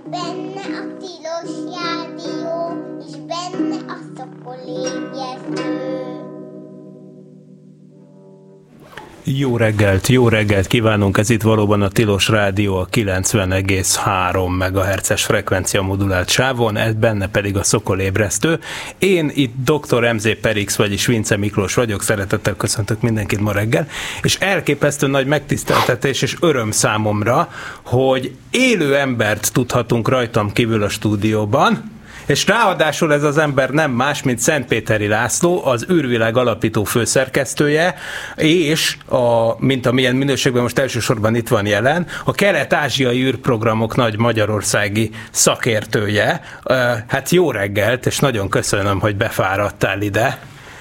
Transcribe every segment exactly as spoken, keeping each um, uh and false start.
benne a Tilos Rádió, és benne a Szokolébresztő. Jó reggelt, jó reggelt kívánunk, ez itt valóban a Tilos Rádió a kilencven egész három megahertzes frekvencia modulált sávon, ez benne pedig a Szokolébresztő. Én itt doktor em zé Perix, vagyis Vince Miklós vagyok, szeretettel köszöntök mindenkit ma reggel, és elképesztő nagy megtiszteltetés és öröm számomra, hogy élő embert tudhatunk rajtam kívül a stúdióban, és ráadásul ez az ember nem más, mint Szentpéteri László, az űrvilág alapító főszerkesztője, és a, mint amilyen minőségben most elsősorban itt van jelen, a kelet-ázsiai űrprogramok nagy magyarországi szakértője. Hát jó reggelt, és nagyon köszönöm, hogy befáradtál ide.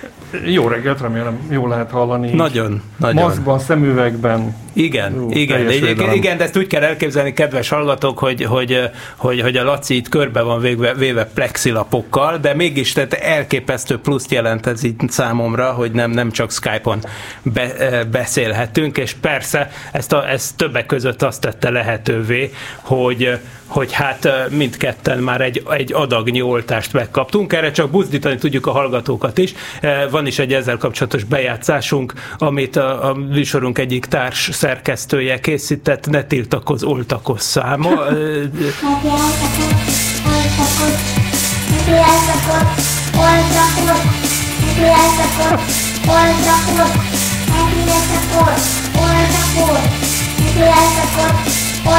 Jó reggelt, remélem jól lehet hallani. Nagyon, nagyon. Maszkban, szemüvegben. Igen, Jó, igen, igen, igen, de ezt úgy kell elképzelni, kedves hallgatók, hogy, hogy, hogy, hogy a Laci itt körbe van véve, véve plexilapokkal, de mégis tehát elképesztő pluszt jelent ez így számomra, hogy nem, nem csak Skype-on be, beszélhetünk, és persze ezt, a, ezt többek között azt tette lehetővé, hogy, hogy hát mindketten már egy, egy adagnyi oltást megkaptunk, erre csak buzdítani tudjuk a hallgatókat is. Van is egy ezzel kapcsolatos bejátszásunk, amit a, a műsorunk egyik társ szerkesztője készített, ne tiltakozz, oltakozz száma. Ne tiltakozz, oltakozz, ne tiltakozz, oltakozz, ne tiltakozz, oltakozz, ne tiltakozz, oltakozz, ne tiltakozz.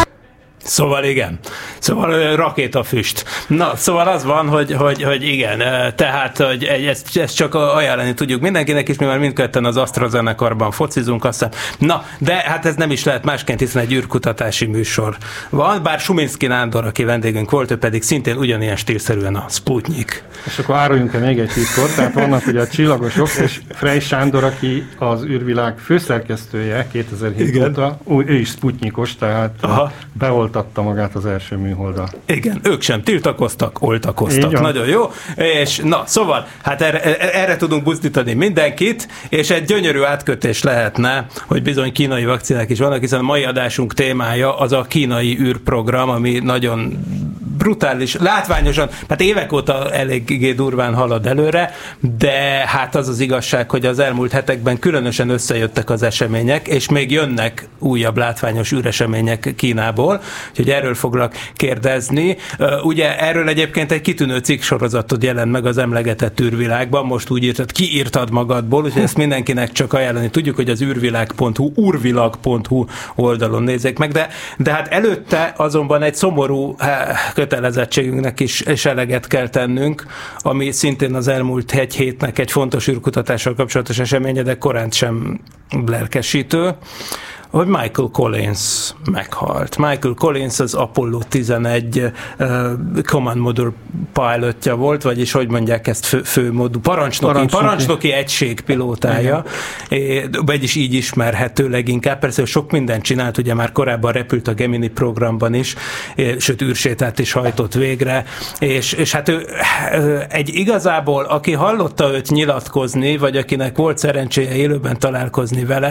Szóval igen. Szóval rakétafüst. Na, szóval az van, hogy, hogy, hogy igen, tehát hogy ezt, ezt csak ajánlani tudjuk mindenkinek, és mi már mindketten az AstraZeneca-ban focizunk, aztán. Na, de hát ez nem is lehet másként, hiszen egy űrkutatási műsor van, bár Suminszky Nándor, aki vendégünk volt, ő pedig szintén ugyanilyen stílszerűen a Sputnik. És akkor áruljunk-e még egy titkot, tehát vannak ugye a csillagosok, és Frey Sándor, aki az űrvilág főszerkesztője kétezer-hét igen. óta, ő is Sputnikos, tehát aha. beoltatta magát az első műholddal. Igen, ők sem tiltakoztak, oltakoztak. Igen. Nagyon jó. És na, szóval, hát erre, erre tudunk buzdítani mindenkit, és egy gyönyörű átkötés lehetne, hogy bizony kínai vakcinák is vannak, hiszen a mai adásunk témája az a kínai űrprogram, ami nagyon brutális, látványosan, hát évek óta eléggé durván halad előre, de hát az az igazság, hogy az elmúlt hetekben különösen összejöttek az események, és még jönnek újabb látványos űresemények Kínából, úgyhogy erről foglak kérdezni. Ugye erről egyébként egy kitűnő cikksorozatot jelent meg az emlegetett űrvilágban, most úgy írtad, kiírtad magadból, úgyhogy ezt mindenkinek csak ajánlani tudjuk, hogy az űrvilág pont hu, urvilag pont hu oldalon nézzék meg, de, de hát előtte azonban egy szomorú kötelezettségünknek is, is eleget kell tennünk, ami szintén az elmúlt egy hétnek egy fontos űrkutatással kapcsolatos eseménye, de korán sem lelkesítő, hogy Michael Collins meghalt. Michael Collins az Apollo tizenegy uh, Command Module pilotja volt, vagyis hogy mondják ezt, fő, főmodul, parancsnoki, parancsnoki. parancsnoki egység pilótája, é, vagyis így ismerhető leginkább. Persze sok mindent csinált, ugye már korábban repült a Gemini programban is, é, sőt űrsétát is hajtott végre, és, és hát ő egy igazából, aki hallotta őt nyilatkozni, vagy akinek volt szerencséje élőben találkozni vele,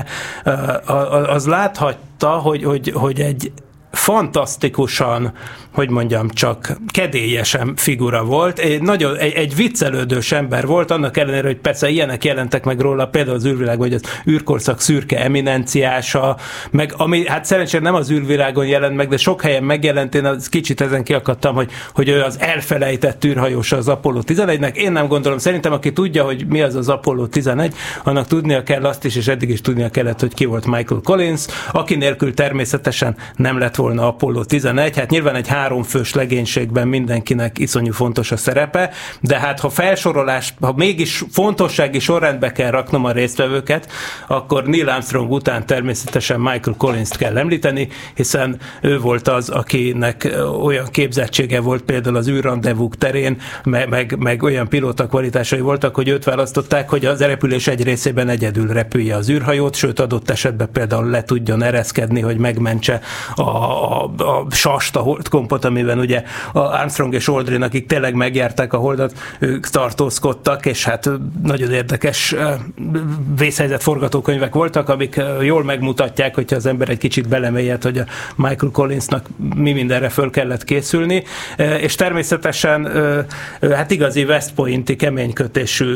az láthatta, hogy, hogy, hogy egy fantasztikusan, hogy mondjam, csak kedélyesen figura volt. Egy, nagyon, egy, egy viccelődős ember volt, annak ellenére, hogy persze ilyenek jelentek meg róla, például az űrvilág, vagy az űrkorszak szürke eminenciása, meg ami, hát szerencsére nem az űrvilágon jelent meg, de sok helyen megjelent, én az kicsit ezen kiakadtam, hogy, hogy ő az elfelejtett űrhajósa az Apollo tizenegynek. Én nem gondolom, szerintem aki tudja, hogy mi az az Apollo tizenegy, annak tudnia kell azt is, és eddig is tudnia kellett, hogy ki volt Michael Collins, aki nélkül természetesen nem lett volna Apollo tizenegy, hát nyilván egy háromfős legénységben mindenkinek iszonyú fontos a szerepe, de hát ha felsorolás, ha mégis fontossági sorrendbe kell raknom a résztvevőket, akkor Neil Armstrong után természetesen Michael Collins-t kell említeni, hiszen ő volt az, akinek olyan képzettsége volt például az űrrandevúk terén, meg, meg, meg olyan pilóta kvalitásai voltak, hogy őt választották, hogy az repülés egy részében egyedül repülje az űrhajót, sőt adott esetben például le tudjon ereszkedni, hogy megmentse a a, a sast, a holdkompot, amiben ugye a Armstrong és Aldrin, akik tényleg megjárták a holdat, ők tartózkodtak, és hát nagyon érdekes vészhelyzet forgatókönyvek voltak, amik jól megmutatják, hogyha az ember egy kicsit belemélyed, hogy a Michael Collinsnak mi mindenre föl kellett készülni, és természetesen hát igazi West Pointi keménykötésű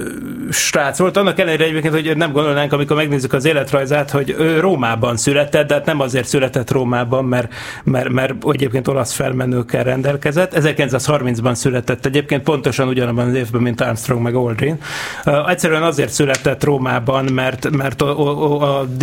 srác volt. Annak ellenére egyébként, hogy nem gondolnánk, amikor megnézzük az életrajzát, hogy ő Rómában született, de hát nem azért született Rómában, mert, mert, mert egyébként olasz felmenőkkel rendelkezett. ezerkilencszázharmincban született egyébként pontosan ugyanabban az évben, mint Armstrong meg Aldrin. Uh, egyszerűen azért született Rómában, mert, mert a, a, a,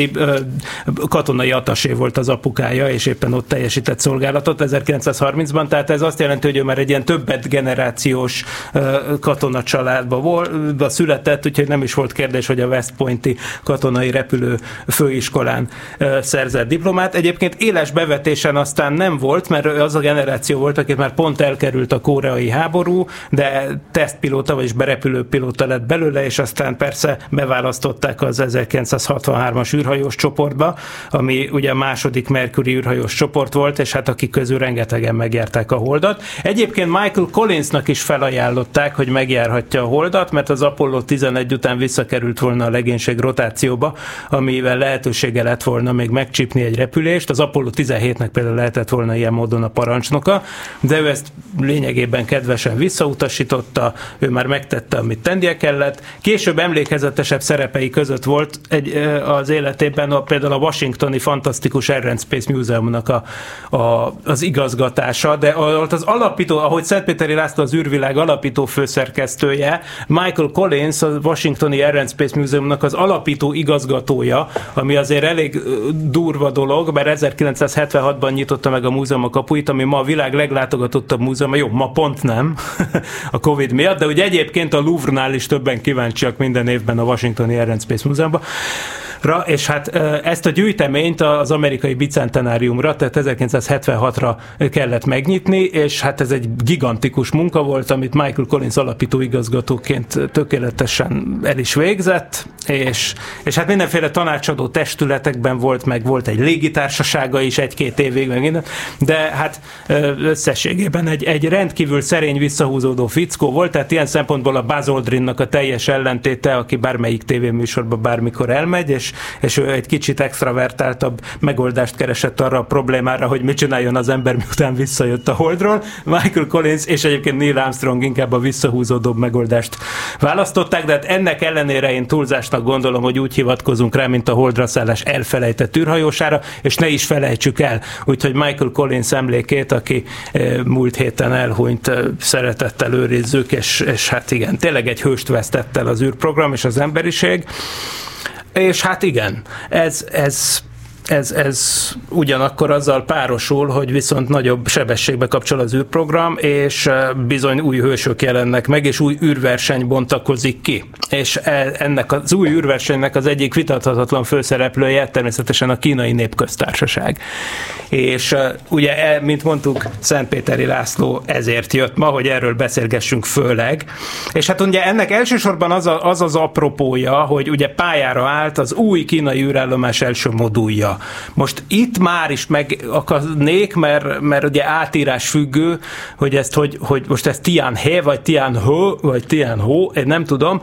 a katonai atasé volt az apukája, és éppen ott teljesített szolgálatot ezerkilencszázharmincban, tehát ez azt jelenti, hogy ő már egy ilyen többet generációs uh, katona családba volt, született, úgyhogy nem is volt kérdés, hogy a West Pointi katonai repülő főiskolán uh, szerzett diplomát. Egyébként éles bevetésen aztán nem volt, mert az a generáció volt, aki már pont elkerült a koreai háború, de tesztpilóta, vagyis berepülő pilóta lett belőle, és aztán persze beválasztották az ezerkilencszázhatvanhármas űrhajós csoportba, ami ugye a második Mercury űrhajós csoport volt, és hát akik közül rengetegen megjárták a holdat. Egyébként Michael Collinsnak is felajánlották, hogy megjárhatja a holdat, mert az Apollo tizenegy után visszakerült volna a legénység rotációba, amivel lehetősége lett volna még megcsípni egy repülést. Az Apollo tizenhétnek például lehetett volna ilyen módon a parancsnoka, de ő ezt lényegében kedvesen visszautasította, ő már megtette, amit tennie kellett. Később emlékezetesebb szerepei között volt egy, az életében a, például a washingtoni fantasztikus Air and Space Museumnak a, a, az igazgatása, de az alapító, ahogy Szentpéteri László az űrvilág alapító főszerkesztője, Michael Collins, a washingtoni Air and Space Museumnak az alapító igazgatója, ami azért elég durva dolog, mert ezerkilencszázhetvenhatban nyitotta meg a múzeum a kapuit, ami ma a világ leglátogatottabb múzeum, jó, ma pont nem a Covid miatt, de ugye egyébként a Louvre-nál is többen kíváncsiak minden évben a Washingtoni Air and Space Múzeumban. És hát ezt a gyűjteményt az amerikai bicentenáriumra, tehát ezerkilencszázhetvenhatra kellett megnyitni, és hát ez egy gigantikus munka volt, amit Michael Collins alapító igazgatóként tökéletesen el is végzett, és, és hát mindenféle tanácsadó testületekben volt, meg volt egy légitársasága is egy-két évig, meg minden, de hát összességében egy, egy rendkívül szerény, visszahúzódó fickó volt, tehát ilyen szempontból a Buzz Aldrinnak a teljes ellentéte, aki bármelyik tévéműsorba bármikor elmegy, és és ő egy kicsit extravertáltabb megoldást keresett arra a problémára, hogy mit csináljon az ember, miután visszajött a Holdról. Michael Collins és egyébként Neil Armstrong inkább a visszahúzódóbb megoldást választották, de hát ennek ellenére én túlzásnak gondolom, hogy úgy hivatkozunk rá, mint a Holdra szállás elfelejtett űrhajósára, és ne is felejtsük el. Úgyhogy Michael Collins emlékét, aki múlt héten elhunyt, szeretettel őrizzük, és, és hát igen, tényleg egy hőst vesztett el az űrprogram és az emberiség. És hát igen, ez, ez, ez, ez ugyanakkor azzal párosul, hogy viszont nagyobb sebességbe kapcsol az űrprogram, és bizony új hősök jelennek meg, és új űrverseny bontakozik ki. És ennek az új űrversenynek az egyik vitathatatlan főszereplője természetesen a Kínai Népköztársaság. És ugye, mint mondtuk, Szentpéteri László ezért jött ma, hogy erről beszélgessünk főleg. És hát ugye ennek elsősorban az a, az, az apropója, hogy ugye pályára állt az új kínai űrállomás első modulja. Most itt már is megakadnék, mert, mert ugye átírás függő, hogy ezt, hogy, hogy most ez Tianhe, vagy Tianho, vagy Tianho, én nem tudom,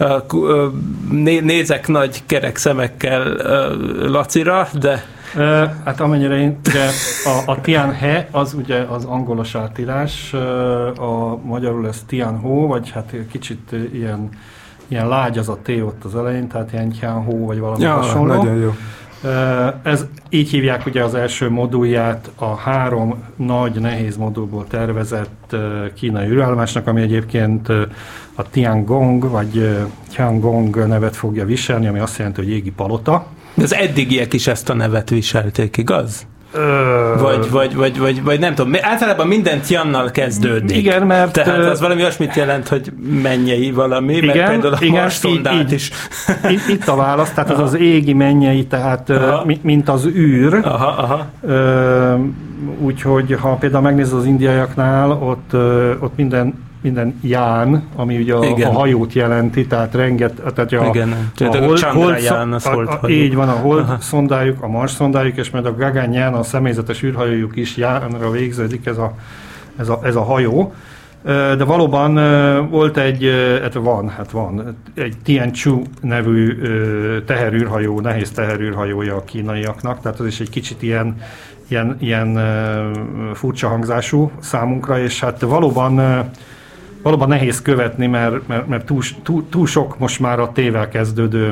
nézek nagy kerek szemekkel Lacira, de Hát amennyire én, ugye a, a Tianhe az ugye az angolos átírás, a magyarul ez Tianho, vagy hát kicsit ilyen, ilyen lágy az a T ott az elején, tehát ilyen Tianho, vagy valami ja, hasonló. Nagyon jó. Ez, így hívják ugye az első modulját a három nagy, nehéz modulból tervezett kínai űrállomásnak, ami egyébként a Tiangong, vagy Tiangong nevet fogja viselni, ami azt jelenti, hogy égi palota. De az eddigiek is ezt a nevet viselték, igaz? Ö... Vagy, vagy, vagy, vagy, vagy nem tudom, általában minden Tiannal kezdődik. Igen, mert... Tehát az valami olyasmit jelent, hogy mennyei valami, igen, mert például a igen, Mars-szondát is. Itt, itt a válasz, tehát az az égi mennyei, tehát aha. mint az űr. Aha, aha. Úgyhogy ha például megnézed az indiaiaknál, ott, ott minden minden ján, ami ugye a, a hajót jelenti, tehát renget, tehát a, igen. a, a hold, hold, hold, a, a, így van, a hold Aha. szondájuk, a Mars szondájuk, és majd a Gaganyán a személyzetes űrhajójuk is jánra végződik ez a, ez a, ez a hajó. De valóban volt egy, hát van, hát van, egy Tianchu nevű teherűrhajó, nehéz teherűrhajója a kínaiaknak, tehát az is egy kicsit ilyen, ilyen, ilyen furcsa hangzású számunkra, és hát valóban, valóban nehéz követni, mert, mert, mert túl, túl, túl sok most már a tével kezdődő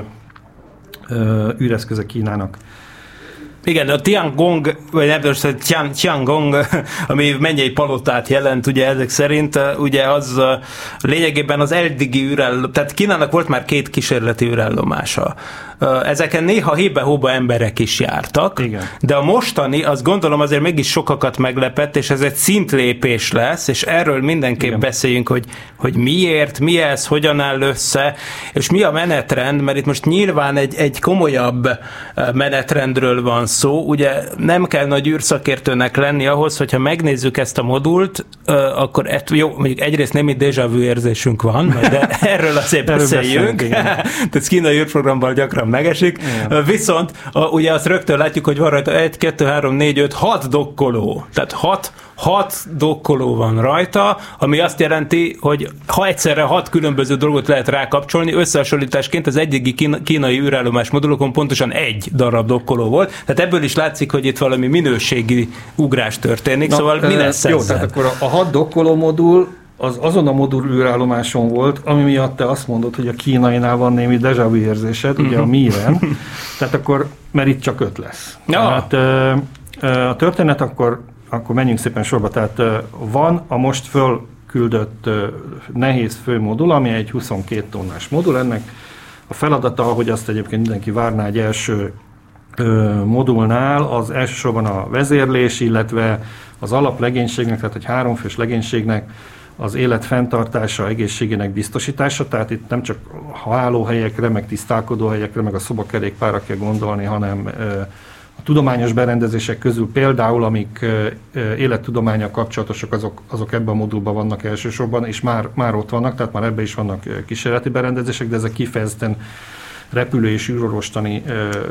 űreszköze Kínának. Igen, a Tiangong, vagy nem tudom, hogy Tian, Tiangong, ami mennyei palotát jelent, ugye ezek szerint, ugye az lényegében az eddigi űrállomás, tehát Kínának volt már két kísérleti űrállomása. Ezeken néha hébe-hóba emberek is jártak, igen. De a mostani, azt gondolom azért mégis sokakat meglepett, és ez egy szintlépés lesz, és erről mindenképp igen. beszéljünk, hogy, hogy miért, mi ez, hogyan áll össze, és mi a menetrend, mert itt most nyilván egy, egy komolyabb menetrendről van szó, ugye nem kell nagy űrszakértőnek lenni ahhoz, hogyha megnézzük ezt a modult, akkor et, jó, mondjuk egyrészt nem egy déjà vu érzésünk van, de erről azért beszéljünk. Tehát kínai űrprogramban gyakran megesik. Igen. Viszont a, ugye azt rögtön látjuk, hogy van rajta egy, kettő, három, négy, öt, hat dokkoló. Tehát hat, hat dokkoló van rajta, ami azt jelenti, hogy ha egyszerre hat különböző dolgot lehet rákapcsolni, összehasonlításként az egyik kínai űrállomás modulokon pontosan egy darab dokkoló volt. Tehát ebből is látszik, hogy itt valami minőségi ugrás történik. Na, szóval mi lesz jó, ezzel? Tehát akkor a, a hat dokkoló modul az azon a modul űrállomáson volt, ami miatt te azt mondod, hogy a kínainál van némi déjà vu érzésed, uh-huh. ugye a Miren, tehát akkor, mert itt csak öt lesz. Ja. Tehát a történet akkor, akkor menjünk szépen sorba, tehát van a most fölküldött nehéz főmodul, ami egy huszonkét tonnás modul, ennek a feladata, ahogy azt egyébként mindenki várná egy első modulnál, az elsősorban a vezérlés, illetve az alaplegénységnek, tehát egy háromfős legénységnek az élet fenntartása, egészségének biztosítása, tehát itt nem csak hálóhelyekre, meg tisztálkodóhelyekre, meg a szobakerékpárra kell gondolni, hanem a tudományos berendezések közül például, amik élettudománnyal kapcsolatosak, azok, azok ebben a modulban vannak elsősorban, és már, már ott vannak, tehát már ebben is vannak kísérleti berendezések, de ezek kifejezetten repülő- és űrorvostani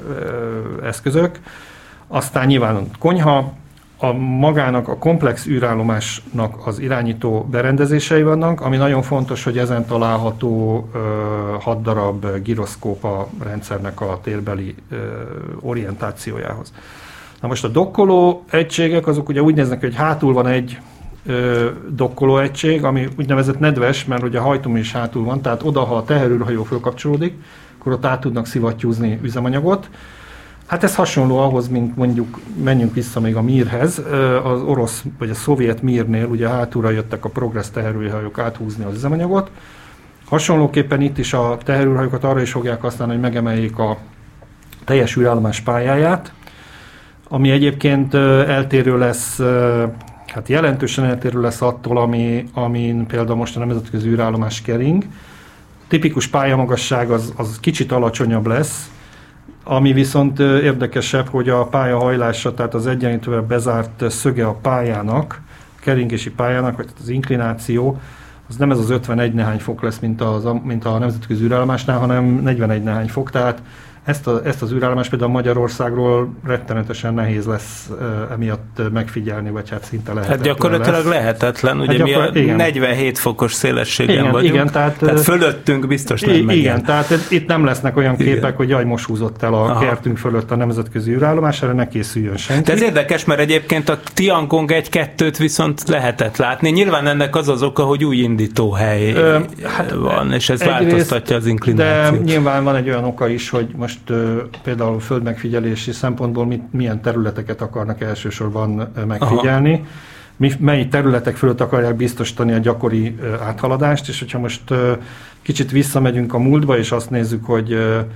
eszközök. Aztán nyilván konyha, a magának, a komplex űrállomásnak az irányító berendezései vannak, ami nagyon fontos, hogy ezen található ö, hat darab giroszkóp a rendszernek a térbeli ö, orientációjához. Na most a dokkoló egységek, azok ugye úgy néznek, hogy hátul van egy ö, dokkoló egység, ami úgynevezett nedves, mert ugye a hajtómű is hátul van, tehát oda, ha a teherűrhajó fölkapcsolódik, akkor ott át tudnak szivattyúzni üzemanyagot. Hát ez hasonló ahhoz, mint mondjuk menjünk vissza még a Mirhez, az orosz vagy a szovjet Mirnél ugye hátulra jöttek a Progress teherűrhajók áthúzni az üzemanyagot. Hasonlóképpen itt is a teherűrhajókat arra is fogják használni, hogy megemeljék a teljes űrállomás pályáját, ami egyébként eltérő lesz, hát jelentősen eltérő lesz attól, ami, amin például most a nemzetközi űrállomás kering. Tipikus pályamagasság az, az kicsit alacsonyabb lesz, ami viszont érdekesebb, hogy a pálya hajlása, tehát az egyenlítővel bezárt szöge a pályának, a keringési pályának, vagy az inklináció, az nem ez az ötvenegy nehány fok lesz, mint, az, mint a nemzetközi űrállomásnál, hanem negyvenegy nehány fok, tehát ezt, a, ezt az űrállomást például Magyarországról rettenetesen nehéz lesz uh, emiatt megfigyelni, vagy hát szinte lehetetlen. Hát gyakorlatilag lesz. lehetetlen, ugye hát gyakor- mi a igen. negyvenhét fokos szélességen igen, vagyunk, igen, tehát, tehát fölöttünk biztos nem igen, megy. Igen, tehát itt nem lesznek olyan képek, igen. hogy jaj, most húzott el a Aha. kertünk fölött a nemzetközi űrállomás, erre ne készüljön senki. De ez érdekes, mert egyébként a Tiangong egy-kettőt viszont lehetett látni. Nyilván ennek az az oka, hogy új indítóhely Ö, hát van, és ez változtatja az inklinációt. De nyilván van egy olyan oka is, hogy most például földmegfigyelési szempontból mit, milyen területeket akarnak elsősorban megfigyelni, Aha. mi, mely területek fölött akarják biztosítani a gyakori áthaladást, és hogyha most kicsit visszamegyünk a múltba, és azt nézzük, hogy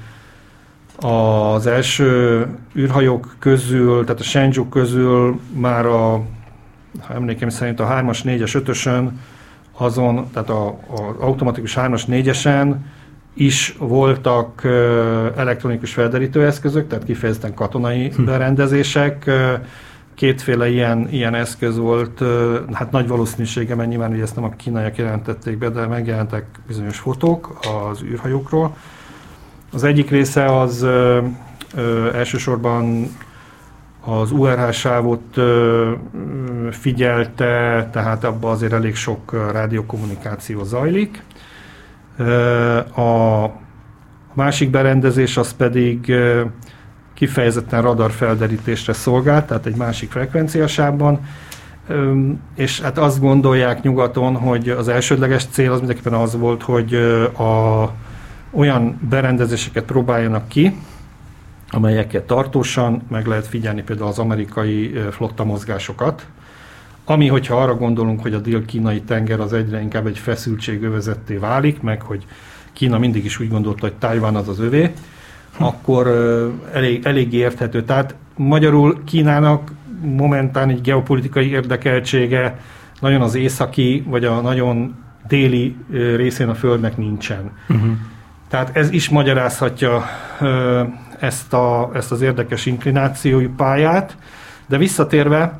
az első űrhajók közül, tehát a Shenzhou közül már a, ha emlékeim szerint a hármas, négyes, ötösön, azon, tehát az automatikus hármas, négyesen is voltak uh, elektronikus felderítőeszközök, tehát kifejezetten katonai hm. berendezések, uh, kétféle ilyen, ilyen eszköz volt, hát nagy valószínűsége, mert nyilván ugye ezt nem a kínaiak jelentették be, de megjelentek bizonyos fotók az űrhajókról. Az egyik része az ö, ö, elsősorban az u er há sávot ö, figyelte, tehát abban azért elég sok rádiókommunikáció zajlik. Ö, a másik berendezés az pedig ö, kifejezetten radarfelderítésre szolgált, tehát egy másik frekvenciasában, és hát azt gondolják nyugaton, hogy az elsődleges cél az mindenképpen az volt, hogy a, olyan berendezéseket próbáljanak ki, amelyeket tartósan meg lehet figyelni például az amerikai flotta mozgásokat, ami, hogyha arra gondolunk, hogy a dél-kínai tenger az egyre inkább egy feszültségövezetté válik, meg hogy Kína mindig is úgy gondolta, hogy Tajvan az az övé, akkor elég, elég érthető. Tehát magyarul Kínának momentán egy geopolitikai érdekeltsége nagyon az északi, vagy a nagyon déli részén a Földnek nincsen. Uh-huh. Tehát ez is magyarázhatja ezt, a, ezt az érdekes inklinációjú pályát, de visszatérve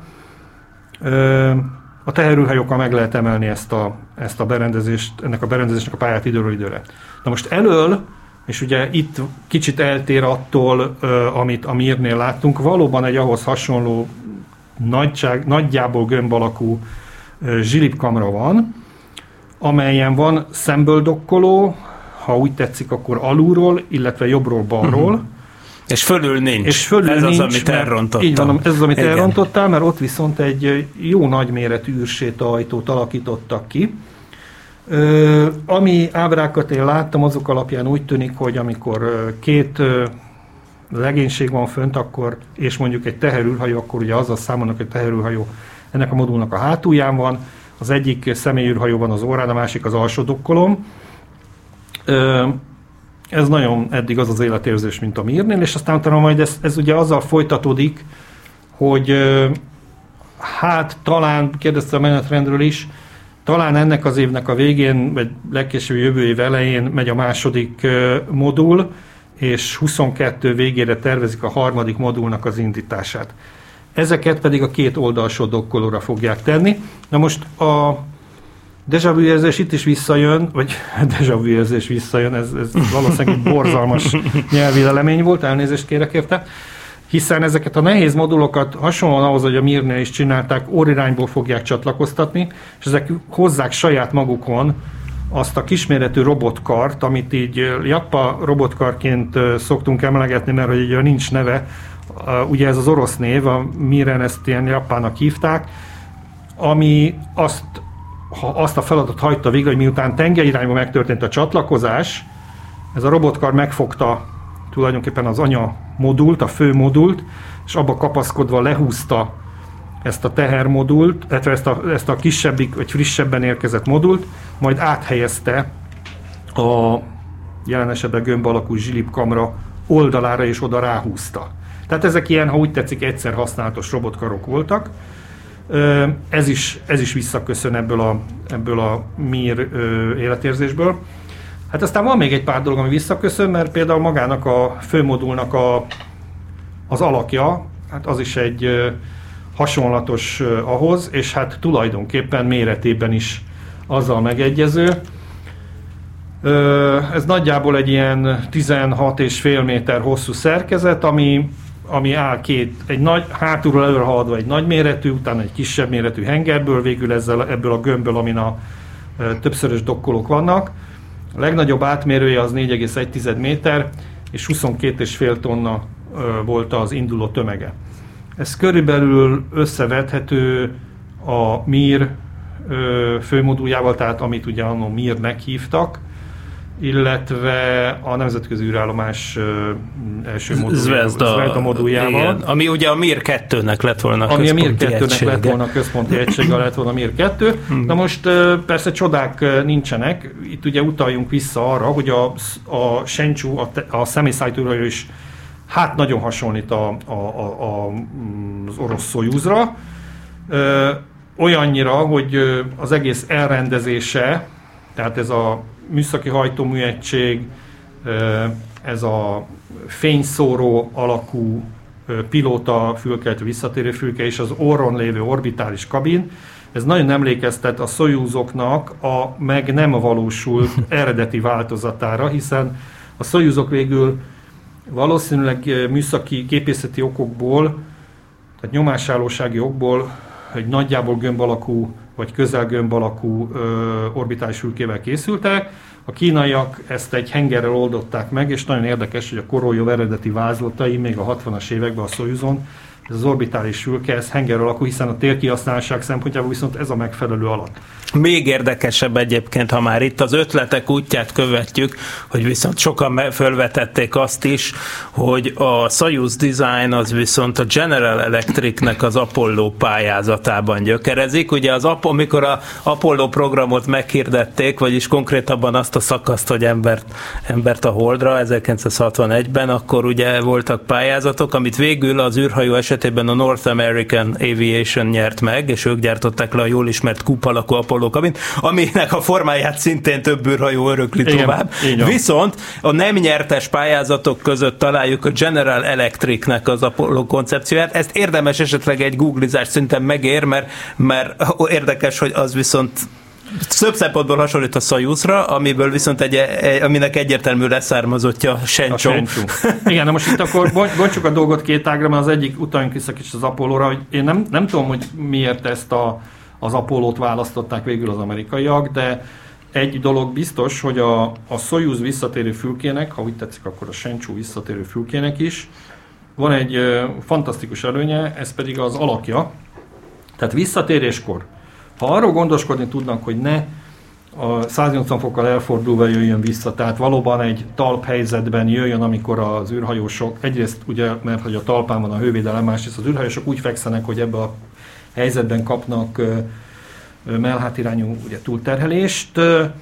a teherülhajókkal meg lehet emelni ezt a, ezt a berendezést, ennek a berendezésnek a pályát időről időre. Na most elől, és ugye itt kicsit eltér attól, amit a Mirnél láttunk, valóban egy ahhoz hasonló nagyság, nagyjából gömb alakú zsilipkamra van, amelyen van szemből dokkoló, ha úgy tetszik, akkor alulról, illetve jobbról balról. Uh-huh. És fölül nincs. És fölül ez nincs, az, amit elrontottam. Így van, ez az, amit Igen. elrontottál, mert ott viszont egy jó nagyméretű űrsétaajtót alakítottak ki. Ö, ami ábrákat én láttam, azok alapján úgy tűnik, hogy amikor két ö, legénység van fönt, akkor, és mondjuk egy teherülhajó, akkor ugye azzal számolnak, hogy teherülhajó ennek a modulnak a hátulján van, az egyik személyűrhajó van az órán, a másik az alsó dokkolón. Ö, ez nagyon eddig az az életérzés, mint a Mirnél, és aztán utána majd ez, ez ugye azzal folytatódik, hogy ö, hát talán, kérdezte a menetrendről is, talán ennek az évnek a végén, vagy legkésőbb jövő év elején megy a második ö, modul, és huszonkettő végére tervezik a harmadik modulnak az indítását. Ezeket pedig a két oldalsó dokkolóra fogják tenni. Na most a déjà vu érzés itt is visszajön, vagy déjà vu érzés visszajön, ez, ez valószínűleg egy borzalmas nyelvi lemény volt, elnézést kérek érte, hiszen ezeket a nehéz modulokat hasonlóan ahhoz, hogy a Mirnél is csinálták, órirányból fogják csatlakoztatni, és ezek hozzák saját magukon azt a kisméretű robotkart, amit így Jappa robotkarként szoktunk emlegetni, mert hogy ugye nincs neve, ugye ez az orosz név, a Miren ezt ilyen Jappának hívták, ami azt, azt a feladatot hagyta végre, hogy miután tengerirányban megtörtént a csatlakozás, ez a robotkar megfogta tulajdonképpen az anya modult, a fő modult, és abba kapaszkodva lehúzta ezt a tehermodult, illetve ezt a, ezt a kisebbik, vagy frissebben érkezett modult, majd áthelyezte a jelen esetben gömb alakú zsilipkamra oldalára, és oda ráhúzta. Tehát ezek ilyen, ha úgy tetszik, egyszer használatos robotkarok voltak. Ez is, ez is visszaköszön ebből a, ebből a Mir életérzésből. Hát aztán van még egy pár dolog, ami visszaköszön, mert például magának a főmodulnak a, az alakja, hát az is egy hasonlatos ahhoz, és hát tulajdonképpen méretében is azzal megegyező. Ez nagyjából egy ilyen tizenhat és fél méter hosszú szerkezet, ami, ami áll két, egy nagy, hátulról előre haladva egy nagy méretű, utána egy kisebb méretű hengerből, végül ezzel, ebből a gömbből, amin a többszörös dokkolók vannak. A legnagyobb átmérője az négy egész egy méter, és huszonkét és fél tonna volt az induló tömege. Ez körülbelül összevethető a Mir főmoduljával, tehát amit ugye annó Mirnek hívtak, illetve a nemzetközi űrállomás első moduljával, Zvezda moduljával. Igen, ami ugye a Mir kettőnek lett volna a központi Ami a Mir kettőnek lett volna a központi egysége, lett volna a Mir kettő. Na most persze csodák nincsenek, itt ugye utaljunk vissza arra, hogy a, a Shenzhou, a, a Semi-Sight űrhajó is hát nagyon hasonlít a, a, a, a, az orosz Szojuzra. Olyannyira, hogy az egész elrendezése, tehát ez a műszaki hajtóműegység, ez a fényszóró alakú pilóta fülke, visszatérő fülke és az orron lévő orbitális kabin. Ez nagyon emlékeztet a Szojuzoknak a meg nem valósult eredeti változatára, hiszen a Szojuzok végül valószínűleg műszaki gépészeti okokból, tehát nyomásállósági okból egy nagyjából gömb alakú vagy közel gömb alakú orbitális fülkével készültek. A kínaiak ezt egy hengerrel oldották meg, és nagyon érdekes, hogy a Koroljov eredeti vázlatai még a hatvanas években a Szojuzon, ez az orbitális fülke, ez henger alakú, hiszen a térkihasználtság szempontjából viszont ez a megfelelő alap. Még érdekesebb egyébként, ha már itt az ötletek útját követjük, hogy viszont sokan felvetették azt is, hogy a Soyuz Design az viszont a General Electricnek az Apollo pályázatában gyökerezik. Ugye az Apollo, amikor az Apollo programot meghirdették, vagyis konkrétabban azt a szakaszt, hogy embert, embert a Holdra ezerkilencszázhatvanegyben, akkor ugye voltak pályázatok, amit végül az űrhajó esetében a North American Aviation nyert meg, és ők gyártották le a jól ismert kúp alakú Apollo kabint, aminek a formáját szintén több űrhajó örökli tovább. Viszont a nem nyertes pályázatok között találjuk a General Electricnek az Apollo koncepcióját. Ezt érdemes esetleg egy googlizás szinten megér, mert, mert érdekes, hogy az viszont több szempontból hasonlít a Soyuzra, amiből viszont egy, egy, aminek egyértelmű leszármazottja Shenzhou. Igen, na most itt akkor bontsuk a dolgot két ágra, mert az egyik utaljunk vissza kicsit az Apollóra, hogy én nem, nem tudom, hogy miért ezt a, az Apollót választották végül az amerikaiak, de egy dolog biztos, hogy a, a Soyuz visszatérő fülkének, ha úgy tetszik, akkor a Shenzhou visszatérő fülkének is van egy ö, fantasztikus előnye, ez pedig az alakja. Tehát visszatéréskor, ha arról gondoskodni tudnak, hogy ne a száznyolcvan fokkal elfordulva jöjjön vissza, tehát valóban egy talp helyzetben jöjjön, amikor az űrhajósok, egyrészt ugye, mert hogy a talpán van a hővédelem, másrészt az űrhajósok úgy fekszenek, hogy ebbe a helyzetben kapnak mellhátirányú ugye, túlterhelést,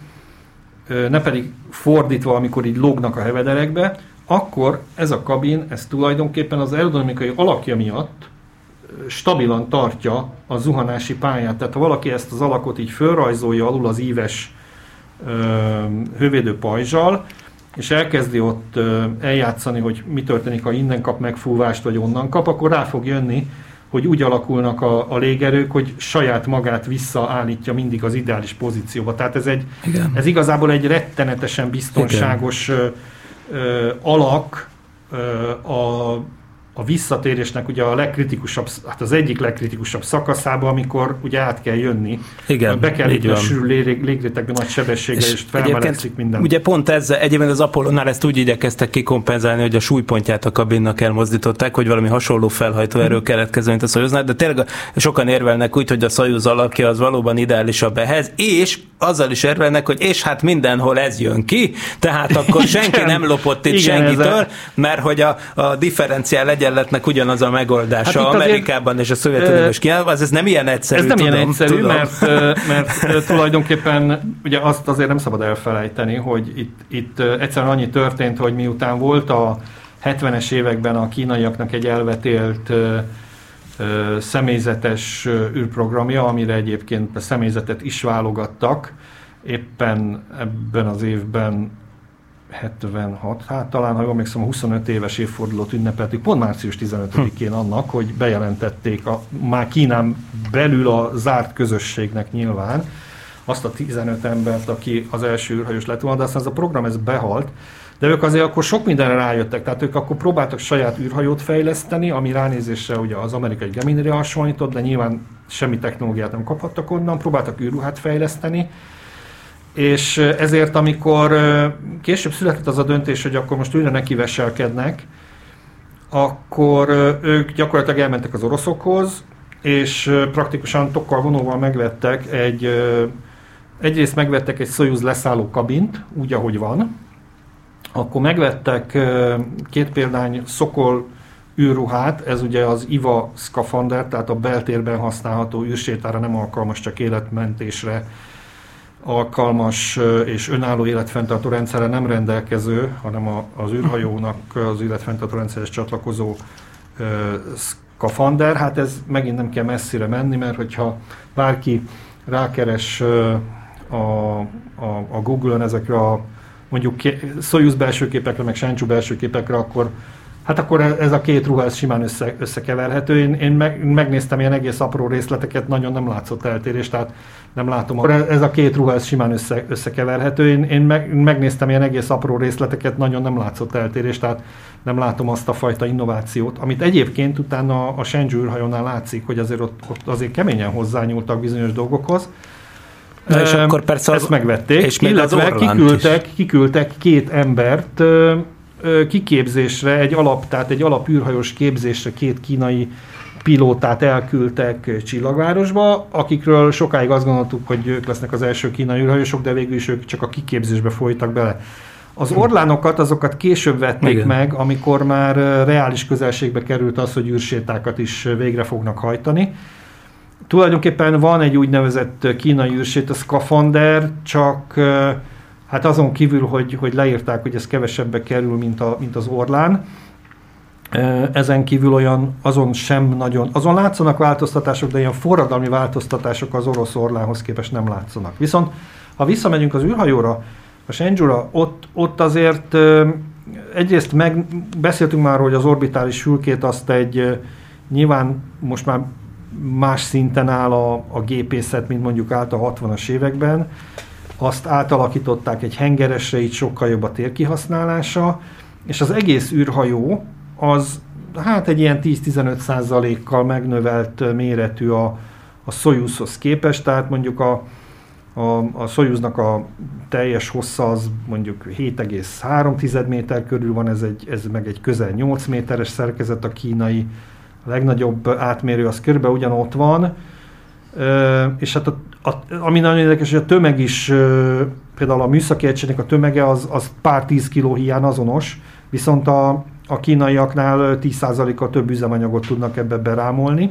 ne pedig fordítva, amikor így lógnak a hevederekbe, akkor ez a kabin, ez tulajdonképpen az aerodinamikai alakja miatt stabilan tartja a zuhanási pályát. Tehát ha valaki ezt az alakot így fölrajzolja alul az íves ö, hővédő pajzsal, és elkezdi ott ö, eljátszani, hogy mi történik, ha innen kap megfúvást, vagy onnan kap, akkor rá fog jönni, hogy úgy alakulnak a, a légerők, hogy saját magát visszaállítja mindig az ideális pozícióba. Tehát ez, egy, ez igazából egy rettenetesen biztonságos ö, ö, alak ö, a a visszatérésnek ugye a legkritikusabb, hát az egyik legkritikusabb szakaszába, amikor ugye át kell jönni. Igen, be kell lépni a sűrű légrétegben nagy sebességgel, és, és felmelegszik minden. Ugye pont ezzel, egyébként az Apollónál ezt úgy igyekeztek kikompenzálni, hogy a súlypontját a kabinnak elmozdították, hogy valami hasonló felhajtóerő keletkező, mint a Soyuznál, de tényleg sokan érvelnek úgy, hogy a Soyuz alakja az valóban ideálisabb ehhez, és azzal is érvelnek, hogy és hát mindenhol ez jön ki, tehát akkor senki nem lopott itt igen, senkitől, a... mert hogy a, a differenciál egyenletnek ugyanaz a megoldása hát Amerikában és a Szovjetunióban is Kínában, az ez nem ilyen egyszerű. Ez nem tudom, ilyen egyszerű, tudom. mert, mert tulajdonképpen ugye azt azért nem szabad elfelejteni, hogy itt, itt egyszerűen annyi történt, hogy miután volt a hetvenes években a kínaiaknak egy elvetélt személyzetes űrprogramja, amire egyébként a személyzetet is válogattak. Éppen ebben az évben hetvenhat, hát talán, ha jól emlékszem, a huszonöt éves évfordulót ünnepeltük, pont március tizenötödikén annak, hogy bejelentették a, már Kínán belül a zárt közösségnek nyilván azt a tizenöt embert, aki az első űrhajós lett volna, de aztán ez a program ez behalt. De ők azért akkor sok mindenre rájöttek, tehát ők akkor próbáltak saját űrhajót fejleszteni, ami ránézésre ugye az amerikai Gemini-re hasonlított, de nyilván semmi technológiát nem kaphattak onnan, próbáltak űrruhát fejleszteni, és ezért amikor később született az a döntés, hogy akkor most újra nekiveselkednek, akkor ők gyakorlatilag elmentek az oroszokhoz, és praktikusan tokkal vonóval megvettek egy, egyrészt megvettek egy Soyuz leszálló kabint, úgy ahogy van, akkor megvettek két példány Szokol űrruhát, ez ugye az i vé á szkafander, tehát a beltérben használható űrsétára nem alkalmas, csak életmentésre alkalmas és önálló életfenntartó rendszerre nem rendelkező, hanem a, az űrhajónak az életfenntartó rendszerhez csatlakozó ö, szkafander. Hát ez megint nem kell messzire menni, mert hogyha bárki rákeres ö, a, a, a Google-ön ezekre a mondjuk Soyuz belső képekre, meg Shenzhou belső képekre, akkor Hát akkor ez a két ruha ez simán össze, összekeverhető. Én, én meg, megnéztem ilyen egész apró részleteket, nagyon nem látszott eltérés, tehát nem látom. Akkor ez a két ruha ez simán össze, összekeverhető. Én, én meg, megnéztem ilyen egész apró részleteket, nagyon nem látszott eltérés, tehát nem látom azt a fajta innovációt, amit egyébként utána a Shenzhou űrhajónál látszik, hogy azért ott, ott azért keményen hozzányúltak bizonyos dolgokhoz. Na és akkor persze ezt az, megvették, és illetve kiküldtek, kiküldtek két embert kiképzésre, egy alap, tehát egy alap űrhajós képzésre két kínai pilótát elküldtek Csillagvárosba, akikről sokáig azt gondoltuk, hogy ők lesznek az első kínai űrhajósok, de végül is ők csak a kiképzésbe folytak bele. Az Orlánokat, azokat később vették Igen. meg, amikor már reális közelségbe került az, hogy űrsétákat is végre fognak hajtani. Tulajdonképpen van egy úgynevezett kínai űrsét, a Skafander, csak hát azon kívül, hogy, hogy leírták, hogy ez kevesebbe kerül, mint, a, mint az Orlán. Ezen kívül olyan, azon sem nagyon, azon látszanak változtatások, de ilyen forradalmi változtatások az orosz Orlánhoz képest nem látszanak. Viszont ha visszamegyünk az űrhajóra, a Shenzhou-ra, ott, ott azért egyrészt meg, beszéltünk már, hogy az orbitális fülkét azt egy nyilván most már más szinten áll a, a gépészet, mint mondjuk állt a hatvanas években. Azt átalakították egy hengeresre, így sokkal jobb a térkihasználása, és az egész űrhajó az hát egy ilyen tíz-tizenöt százalékkal megnövelt méretű a, a Soyuzhoz képest, tehát mondjuk a, a, a Soyuznak a teljes hossza az mondjuk hét egész három méter körül van, ez, egy, ez meg egy közel nyolc méteres szerkezet, a kínai a legnagyobb átmérő az körülbelül ugyanott van, és hát a, a, ami nagyon érdekes, hogy a tömeg is, például a műszaki egységnek a tömege az, az pár tíz kiló hiány azonos, viszont a, a kínaiaknál tíz százalékkal több üzemanyagot tudnak ebbe berámolni.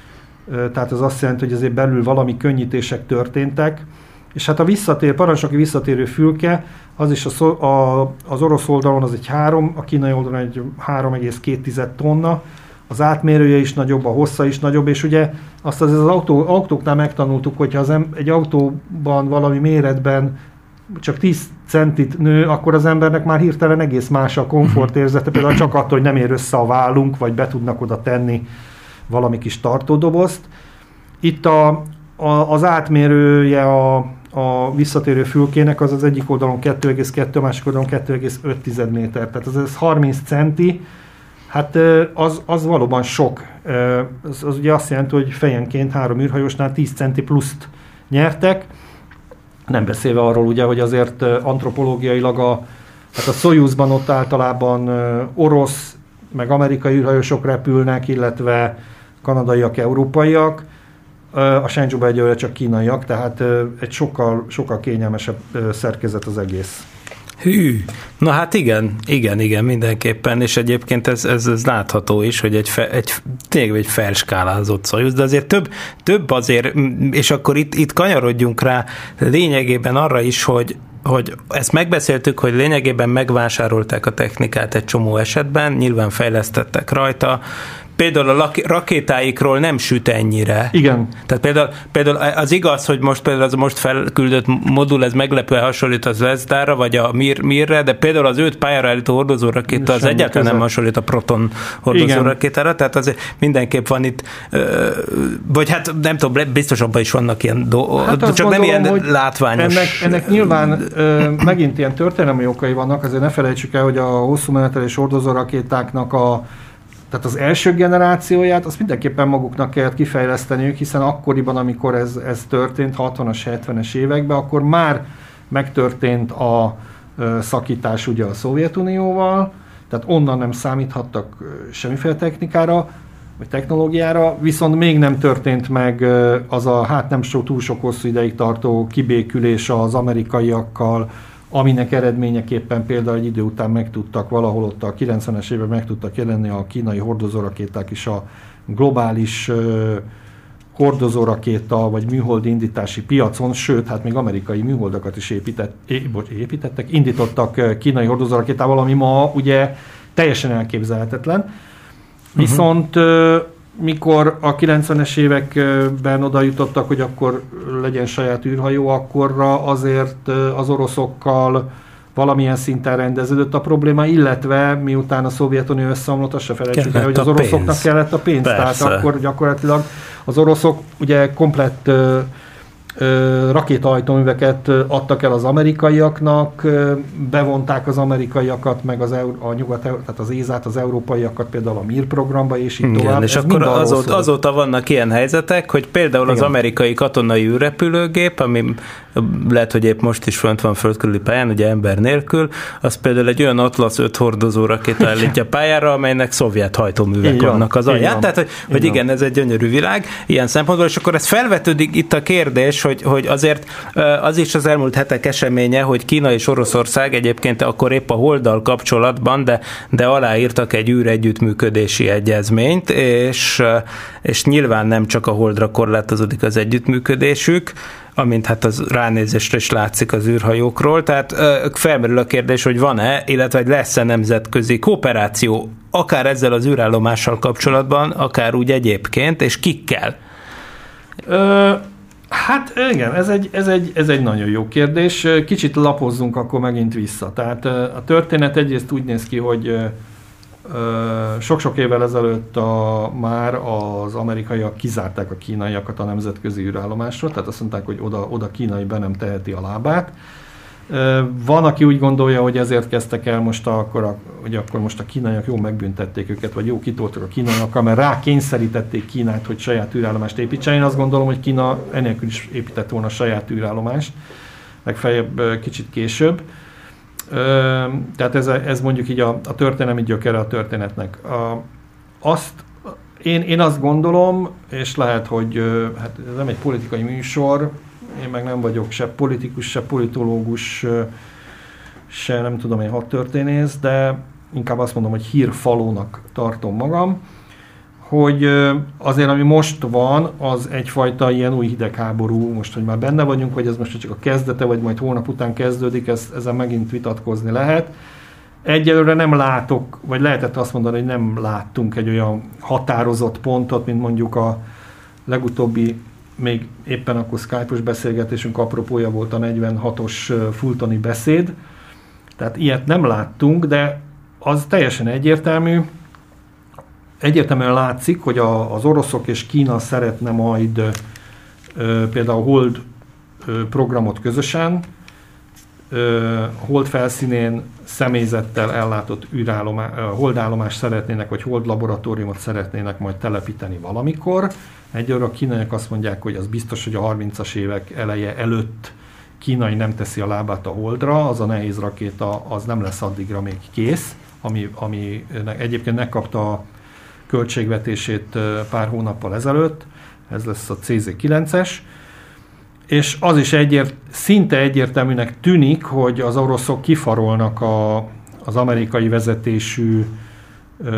Tehát ez azt jelenti, hogy azért belül valami könnyítések történtek, és hát a visszatér, parancsnoki visszatérő fülke, az is a, a, az orosz oldalon az egy három, a kínai oldalon egy három egész két tonna, az átmérője is nagyobb, a hossza is nagyobb, és ugye azt az, az autó, autóknál megtanultuk, hogyha az em, egy autóban valami méretben csak tíz centit nő, akkor az embernek már hirtelen egész más a komfortérzete, például csak attól, hogy nem ér össze a vállunk, vagy be tudnak oda tenni valami kis tartódobozt. Itt a, a, az átmérője a, a visszatérő fülkének az az egyik oldalon kettő egész kettő, a másik oldalon kettő egész öt méter, tehát az, az harminc centi, hát az, az valóban sok. Az, az ugye azt jelenti, hogy fejenként három űrhajósnál tíz centi pluszt nyertek. Nem beszélve arról ugye, hogy azért antropológiailag a, hát a Soyuzban ott általában orosz, meg amerikai űrhajósok repülnek, illetve kanadaiak, európaiak. A Shenzhouban egyelőre csak kínaiak, tehát egy sokkal, sokkal kényelmesebb szerkezet az egész. Hű, na hát igen, igen, igen, mindenképpen, és egyébként ez, ez, ez látható is, hogy egy, fe, egy tényleg egy felskálázott Soyuz, de azért több, több azért, és akkor itt, itt kanyarodjunk rá lényegében arra is, hogy hogy ezt megbeszéltük, hogy lényegében megvásárolták a technikát egy csomó esetben, nyilván fejlesztettek rajta, például a rakétáikról nem süt ennyire. Igen. Tehát például, például az igaz, hogy most például az most felküldött modul, ez meglepően hasonlít az Zvezdára, vagy a Mir, Mirre, de például az őt pályára állító hordozórakéta az egyáltalán nem hasonlít a Proton hordozórakétára, tehát azért mindenképp van itt, vagy hát nem tudom, biztos abban is vannak ilyen dolgok, hát csak gondolom, nem ilyen látványos. Ennek, ennek nyilván megint ilyen történelmi okai vannak, azért ne felejtsük el, hogy a hosszú menetelés hordozórakétáknak a Tehát az első generációját azt mindenképpen maguknak kellett kifejleszteniük, hiszen akkoriban, amikor ez, ez történt, hatvanas, hetvenes években, akkor már megtörtént a ö, szakítás ugye a Szovjetunióval, tehát onnan nem számíthattak semmiféle technikára, vagy technológiára, viszont még nem történt meg az a hát nem so, túl sok hosszú ideig tartó kibékülés az amerikaiakkal, aminek eredményeképpen például egy idő után meg tudtak valahol ott a kilencvenes évben meg tudtak jelenni a kínai hordozórakéták is a globális uh, hordozórakéta vagy műholdi indítási piacon, sőt, hát még amerikai műholdakat is épített, é, bocs, építettek, indítottak uh, kínai hordozórakétával, ami ma ugye teljesen elképzelhetetlen. Uh-huh. Viszont uh, mikor a kilencvenes években oda jutottak, hogy akkor legyen saját űrhajó, akkorra azért az oroszokkal valamilyen szinten rendeződött a probléma, illetve miután a Szovjetunió összeomlott, azt se felejtsük el, hogy az oroszoknak pénz. kellett a pénz. Persze. Tehát akkor gyakorlatilag az oroszok ugye komplett ö, ö, rakétahajtóműveket adtak el az amerikaiaknak, ö, bevonták az amerikaiakat, meg az a nyugat, tehát az ézát, az európaiakat például a MIR programba, és így igen, tovább. És ez akkor azóta, azóta vannak ilyen helyzetek, hogy például igen. az amerikai katonai űrrepülőgép, ami lehet, hogy épp most is fönt van földkörüli pályán, ugye ember nélkül, az például egy olyan Atlasz öt hordozó rakéta állítja pályára, amelynek szovjet hajtóművek így vannak az alján. Tehát, hogy, hogy igen, ez egy gyönyörű világ ilyen szempontból, és akkor ez felvetődik itt a kérdés, hogy, hogy azért az is az elmúlt hetek eseménye, hogy Kína és Oroszország egyébként akkor épp a Holddal kapcsolatban, de, de aláírtak egy űregyüttműködési egyezményt, és, és nyilván nem csak a Holdra korlátozódik az együttműködésük, amint hát az ránézésre is látszik az űrhajókról, tehát felmerül a kérdés, hogy van-e, illetve lesz-e nemzetközi kooperáció, akár ezzel az űrállomással kapcsolatban, akár úgy egyébként, és kikkel? Ö, hát igen, ez egy, ez, egy, ez egy nagyon jó kérdés. Kicsit lapozzunk akkor megint vissza. Tehát a történet egyrészt úgy néz ki, hogy sok-sok évvel ezelőtt a, már az amerikaiak kizárták a kínaiakat a nemzetközi űrállomásról, tehát azt mondták, hogy oda, oda kínai be nem teheti a lábát. Van, aki úgy gondolja, hogy ezért kezdtek el most, a, akkor, a, hogy akkor most a kínaiak jól megbüntették őket, vagy jó kitoltak a kínaiakkal, mert rá kényszerítették Kínát, hogy saját űrállomást építsen. Én azt gondolom, hogy Kína enélkül is épített volna saját űrállomást, legfeljebb kicsit később. Tehát ez, ez mondjuk így a, a történelmi gyökere a történetnek. A, azt, én, én azt gondolom, és lehet, hogy hát ez nem egy politikai műsor, én meg nem vagyok se politikus, se politológus, se nem tudom én hadtörténész, de inkább azt mondom, hogy hírfalónak tartom magam, hogy azért, ami most van, az egyfajta ilyen új hidegháború, most, hogy már benne vagyunk, vagy ez most csak a kezdete, vagy majd hónap után kezdődik, ez, ezen megint vitatkozni lehet. Egyelőre nem látok, vagy lehetett azt mondani, hogy nem láttunk egy olyan határozott pontot, mint mondjuk a legutóbbi, még éppen akkor Skype-os beszélgetésünk apropója volt a negyvenhatos fultoni beszéd. Tehát ilyet nem láttunk, de az teljesen egyértelmű, Egyértelműen látszik, hogy a, az oroszok és Kína szeretne majd ö, például Hold ö, programot közösen, ö, Hold felszínén személyzettel ellátott űrállomás, ö, Holdállomást szeretnének, vagy Hold laboratóriumot szeretnének majd telepíteni valamikor. Egyelőre a kínaiak azt mondják, hogy az biztos, hogy a harmincas évek eleje előtt kínai nem teszi a lábát a Holdra, az a nehéz rakéta az nem lesz addigra még kész, ami, ami egyébként megkapta a költségvetését pár hónappal ezelőtt, ez lesz a cé zé kilences, és az is egyért, szinte egyértelműnek tűnik, hogy az oroszok kifarolnak a, az amerikai vezetésű uh,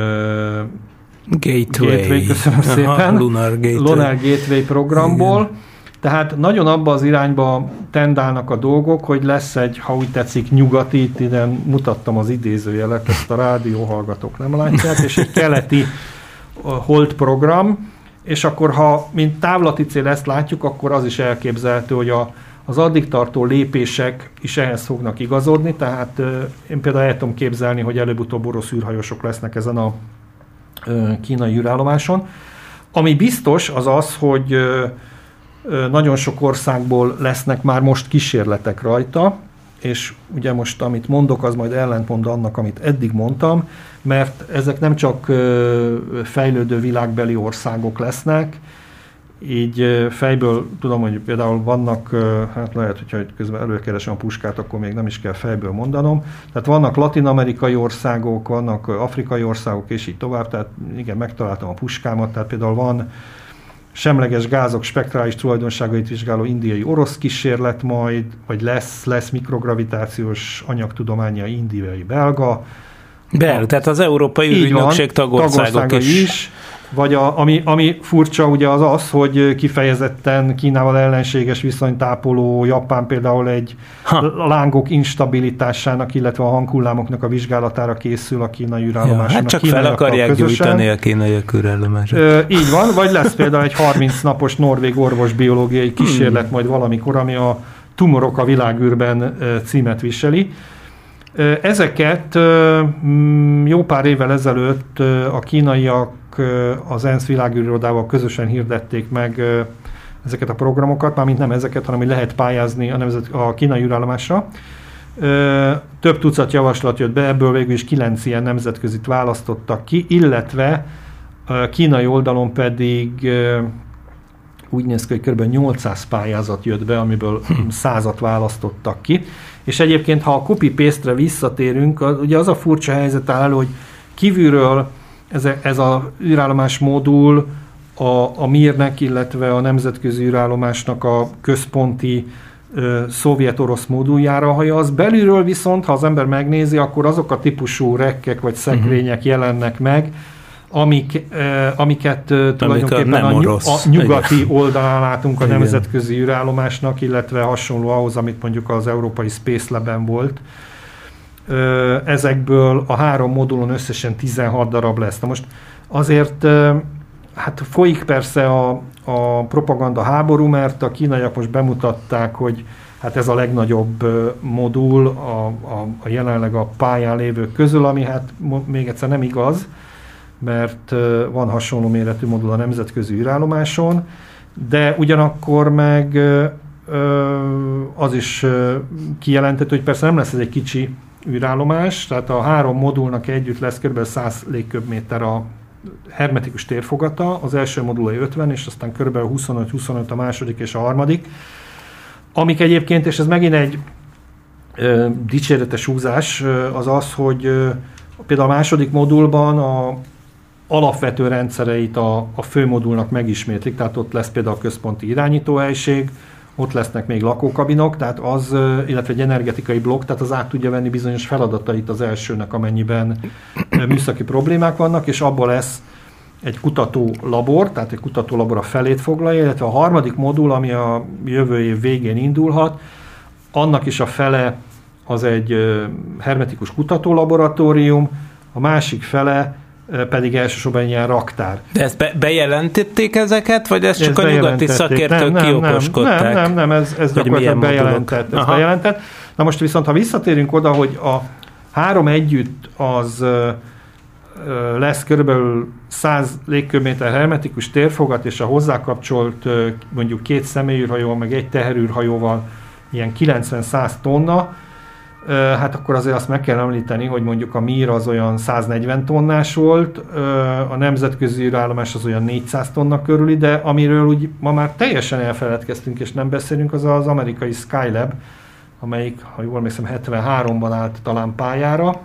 Gateway. Gateway, köszönöm szépen, Aha, Lunar Gateway. Lunar Gateway programból. Igen. Tehát nagyon abba az irányba tendálnak a dolgok, hogy lesz egy, ha úgy tetszik, nyugati, itt ide mutattam az idézőjelet, ezt a rádióhallgatók nem látják, és egy keleti Hold program, és akkor ha mint távlati cél ezt látjuk, akkor az is elképzelhető, hogy a, az addig tartó lépések is ehhez fognak igazodni, tehát én például el tudom képzelni, hogy előbb-utóbb orosz űrhajósok lesznek ezen a kínai űrállomáson. Ami biztos az az, hogy nagyon sok országból lesznek már most kísérletek rajta, és ugye most amit mondok, az majd ellentmond annak, amit eddig mondtam, mert ezek nem csak fejlődő világbeli országok lesznek, így fejből tudom, hogy például vannak, hát lehet, hogyha közben előkeresem a puskát, akkor még nem is kell fejből mondanom, tehát vannak latin-amerikai országok, vannak afrikai országok, és így tovább, tehát igen, megtaláltam a puskámat, tehát például van semleges gázok spektrális tulajdonságait vizsgáló indiai orosz kísérlet majd, vagy lesz, lesz mikrogravitációs anyagtudományai indiai belga. Belga, tehát az Európai űrügynökség tagországok is. is. Vagy a, ami, ami furcsa ugye az az, hogy kifejezetten Kínával ellenséges viszonyt ápoló Japán például egy ha. lángok instabilitásának, illetve a hanghullámoknak a vizsgálatára készül a kínai űrállomáson. Ja, hát csak fel akarják gyújtani a kínai űrállomásot. Így van, vagy lesz például egy harminc napos norvég orvosbiológiai kísérlet hmm. majd valamikor, ami a Tumorok a világűrben címet viseli. Ezeket jó pár évvel ezelőtt a kínaiak az ENSZ világűrirodával közösen hirdették meg ezeket a programokat, mármint nem ezeket, hanem hogy lehet pályázni a, nemzet, a kínai űrállomásra. Több tucat javaslat jött be, ebből végül is kilenc ilyen nemzetközit választottak ki, illetve kínai oldalon pedig úgy néz ki, hogy kb. nyolcszáz pályázat jött be, amiből százat választottak ki. És egyébként, ha a copy-paste-re visszatérünk, az, ugye az a furcsa helyzet áll, hogy kívülről ez, ez a űrállomás modul a, a mérnek, illetve a nemzetközi űrállomásnak a központi ö, szovjet-orosz moduljára hajaz. Belülről viszont, ha az ember megnézi, akkor azok a típusú rekkek vagy szekrények uh-huh. jelennek meg, amik, eh, amiket eh, tulajdonképpen a, a, a nyugati igen. oldalán látunk a igen. nemzetközi űrállomásnak, illetve hasonló ahhoz, amit mondjuk az európai Space Lab-en volt. Eh, ezekből a három modulon összesen tizenhat darab lesz. Na most azért eh, hát folyik persze a, a propaganda háború, mert a kínaiak most bemutatták, hogy hát ez a legnagyobb modul a, a, a jelenleg a pályán lévők közül, ami hát még egyszer nem igaz, mert van hasonló méretű modul a nemzetközi űrállomáson, de ugyanakkor meg az is kijelentett, hogy persze nem lesz ez egy kicsi űrállomás, tehát a három modulnak együtt lesz kb. száz légköbméter a hermetikus térfogata, az első modulai ötven, és aztán kb. huszonöt-huszonöt a második és a harmadik, amik egyébként, és ez megint egy ö, dicséretes húzás, az az, hogy ö, például a második modulban a alapvető rendszereit a, a főmodulnak megismétlik, tehát ott lesz például a központi irányítóhelység, ott lesznek még lakókabinok, tehát az, illetve egy energetikai blokk, tehát az át tudja venni bizonyos feladatait az elsőnek, amennyiben műszaki problémák vannak, és abból lesz egy kutatólabor, tehát egy kutatólabor a felét foglalja, illetve a harmadik modul, ami a jövő év végén indulhat, annak is a fele az egy hermetikus kutatólaboratórium, a másik fele pedig elsősorban ilyen raktár. De ezt be, bejelentették ezeket, vagy ezt csak ezt a nyugati szakértők nem, kiokoskodták? Nem, nem, nem, ez, ez gyakorlatilag bejelentett, ez bejelentett. Na most viszont, ha visszatérünk oda, hogy a három együtt az lesz körülbelül száz légköbméter hermetikus térfogat, és a hozzákapcsolt mondjuk két személyűrhajóval, meg egy teherűrhajóval ilyen kilencven-száz tonna, hát akkor azért azt meg kell említeni, hogy mondjuk a Mir az olyan száznegyven tonnás volt, a nemzetközi űrállomás az olyan négyszáz tonna körüli, de amiről úgy ma már teljesen elfeledkeztünk, és nem beszélünk, az az amerikai Skylab, amelyik, ha jól emlékszem, hetvenháromban állt talán pályára,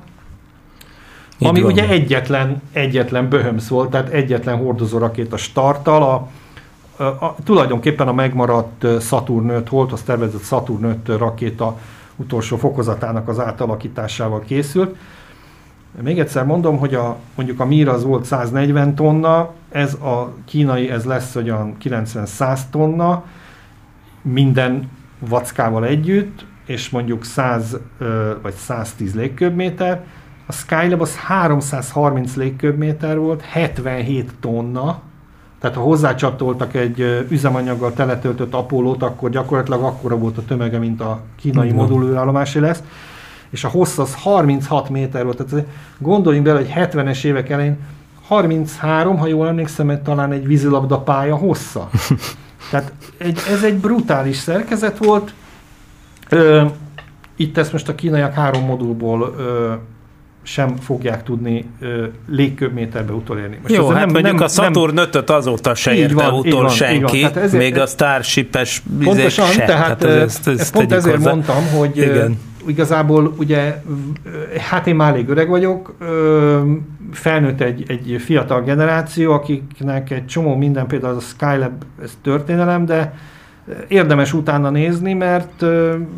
így ami van. Ugye egyetlen, egyetlen Böhömsz volt, tehát egyetlen hordozó rakéta starttal, a, a, a, tulajdonképpen a megmaradt Saturn öt volt, az tervezett Saturn öt rakéta utolsó fokozatának az átalakításával készült. Még egyszer mondom, hogy a, mondjuk a Mir az volt száznegyven tonna, ez a kínai, ez lesz olyan kilencven-száz tonna, minden vackával együtt, és mondjuk száz vagy száztíz légköbméter. A Skylab az háromszázharminc légköbméter volt, hetvenhét tonna, tehát ha hozzácsatoltak egy üzemanyaggal teletöltött Apollót, akkor gyakorlatilag akkora volt a tömege, mint a kínai uh-huh. modulűrállomási lesz, és a hossz az harminchat méter volt. Tehát gondoljunk bele, hogy hetvenes évek elején harminchárom, ha jól emlékszem, mert talán egy vízilabda pálya hossza. Tehát egy, ez egy brutális szerkezet volt. Ö, itt ezt most a kínaiak három modulból ö, sem fogják tudni ö, légköbméterbe utolérni. Most jó, hát nem, mondjuk nem, a Saturn ötöt azóta se érte van, utol van, senki, van. Ezért, még a Starship-es pontosan, se. tehát, tehát ezt, ezt, ezt pont ezért hozzá. Mondtam, hogy igen. Igazából ugye, hát én már elég öreg vagyok, felnőtt egy, egy fiatal generáció, akiknek egy csomó minden, például a Skylab, ez történelem, de érdemes utána nézni, mert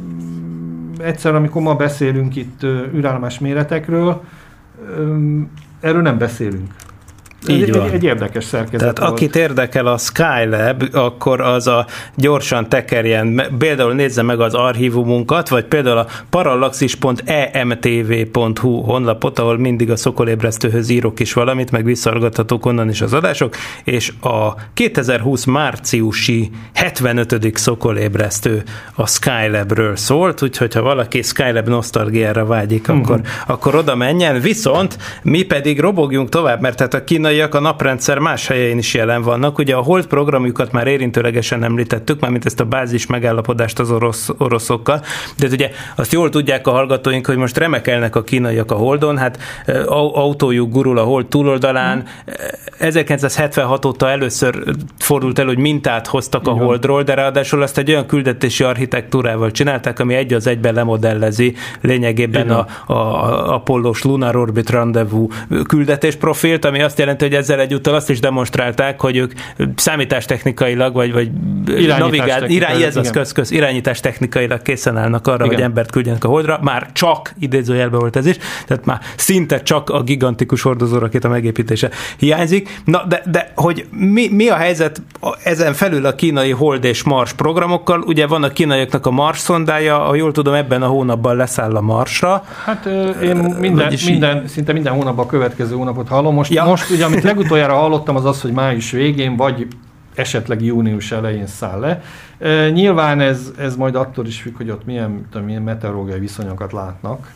egyszer, amikor ma beszélünk itt űrállomás méretekről, erről nem beszélünk. Így egy, egy, egy érdekes szerkezet Tehát volt. akit érdekel a Skylab, akkor az a gyorsan tekerjen, például nézze meg az archívumunkat, vagy például a parallaxis pont e m t v pont h u honlapot, ahol mindig a Szokolébresztőhöz írok is valamit, meg visszahallgathatók onnan is az adások, és a kétezer-húsz márciusi hetvenötödik Szokolébresztő a Skylabről szólt, úgyhogy ha valaki Skylab nosztalgiára vágyik, uh-huh. akkor, akkor oda menjen, viszont mi pedig robogjunk tovább, mert tehát a kínaiak a naprendszer más helyein is jelen vannak. Ugye a Hold programjukat már érintőlegesen említettük, mármint ezt a bázis megállapodást az orosz, oroszokkal, de ugye azt jól tudják a hallgatóink, hogy most remekelnek a kínaiak a Holdon, hát autójuk gurul a Hold túloldalán. ezerkilencszázhetvenhat óta először fordult elő, hogy mintát hoztak a Igen. Holdról, de ráadásul azt egy olyan küldetési architektúrával csinálták, ami egy az egyben lemodellezi lényegében a, a, a Apollós Lunar Orbit Rendezvous küldetés profilt, ami azt jelenti, hogy ezzel egyúttal azt is demonstrálták, hogy ők számítástechnikailag, vagy, vagy navigál, irány, ez az köz, köz, irányítás technikailag készen állnak arra, Igen. hogy embert küldjenek a Holdra. Már csak, idézőjelben volt ez is, tehát már szinte csak a gigantikus hordozórakéta megépítése hiányzik. Na, de, de hogy mi, mi a helyzet ezen felül a kínai Hold és Mars programokkal? Ugye van a kínaiaknak a Mars szondája, ha jól tudom, ebben a hónapban leszáll a Marsra. Hát én minden, minden, szinte minden hónapban a következő hónapot hallom. Most, ja. most ugye, amit legutoljára hallottam, az az, hogy május végén, vagy esetleg június elején száll le. E, nyilván ez, ez majd attól is függ, hogy ott milyen, tudom, milyen meteorológiai viszonyokat látnak.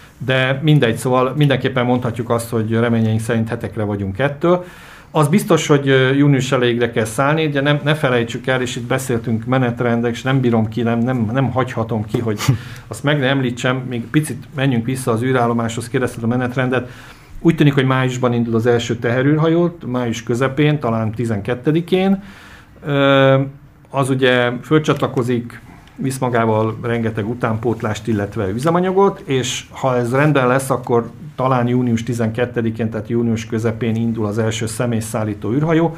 De mindegy, szóval mindenképpen mondhatjuk azt, hogy reményeink szerint hetekre vagyunk ettől. Az biztos, hogy június elejéigre kell szállni, de nem, ne felejtsük el, és itt beszéltünk menetrendek, és nem bírom ki, nem, nem, nem hagyhatom ki, hogy azt meg ne említsem, még picit menjünk vissza az űrállomáshoz, kérdezted a menetrendet. Úgy tűnik, hogy májusban indul az első teherűrhajó, május közepén, talán tizenkettedikén. Az ugye fölcsatlakozik, visz magával rengeteg utánpótlást, illetve üzemanyagot, és ha ez rendben lesz, akkor talán június tizenkettedikén, tehát június közepén indul az első személyszállító űrhajó.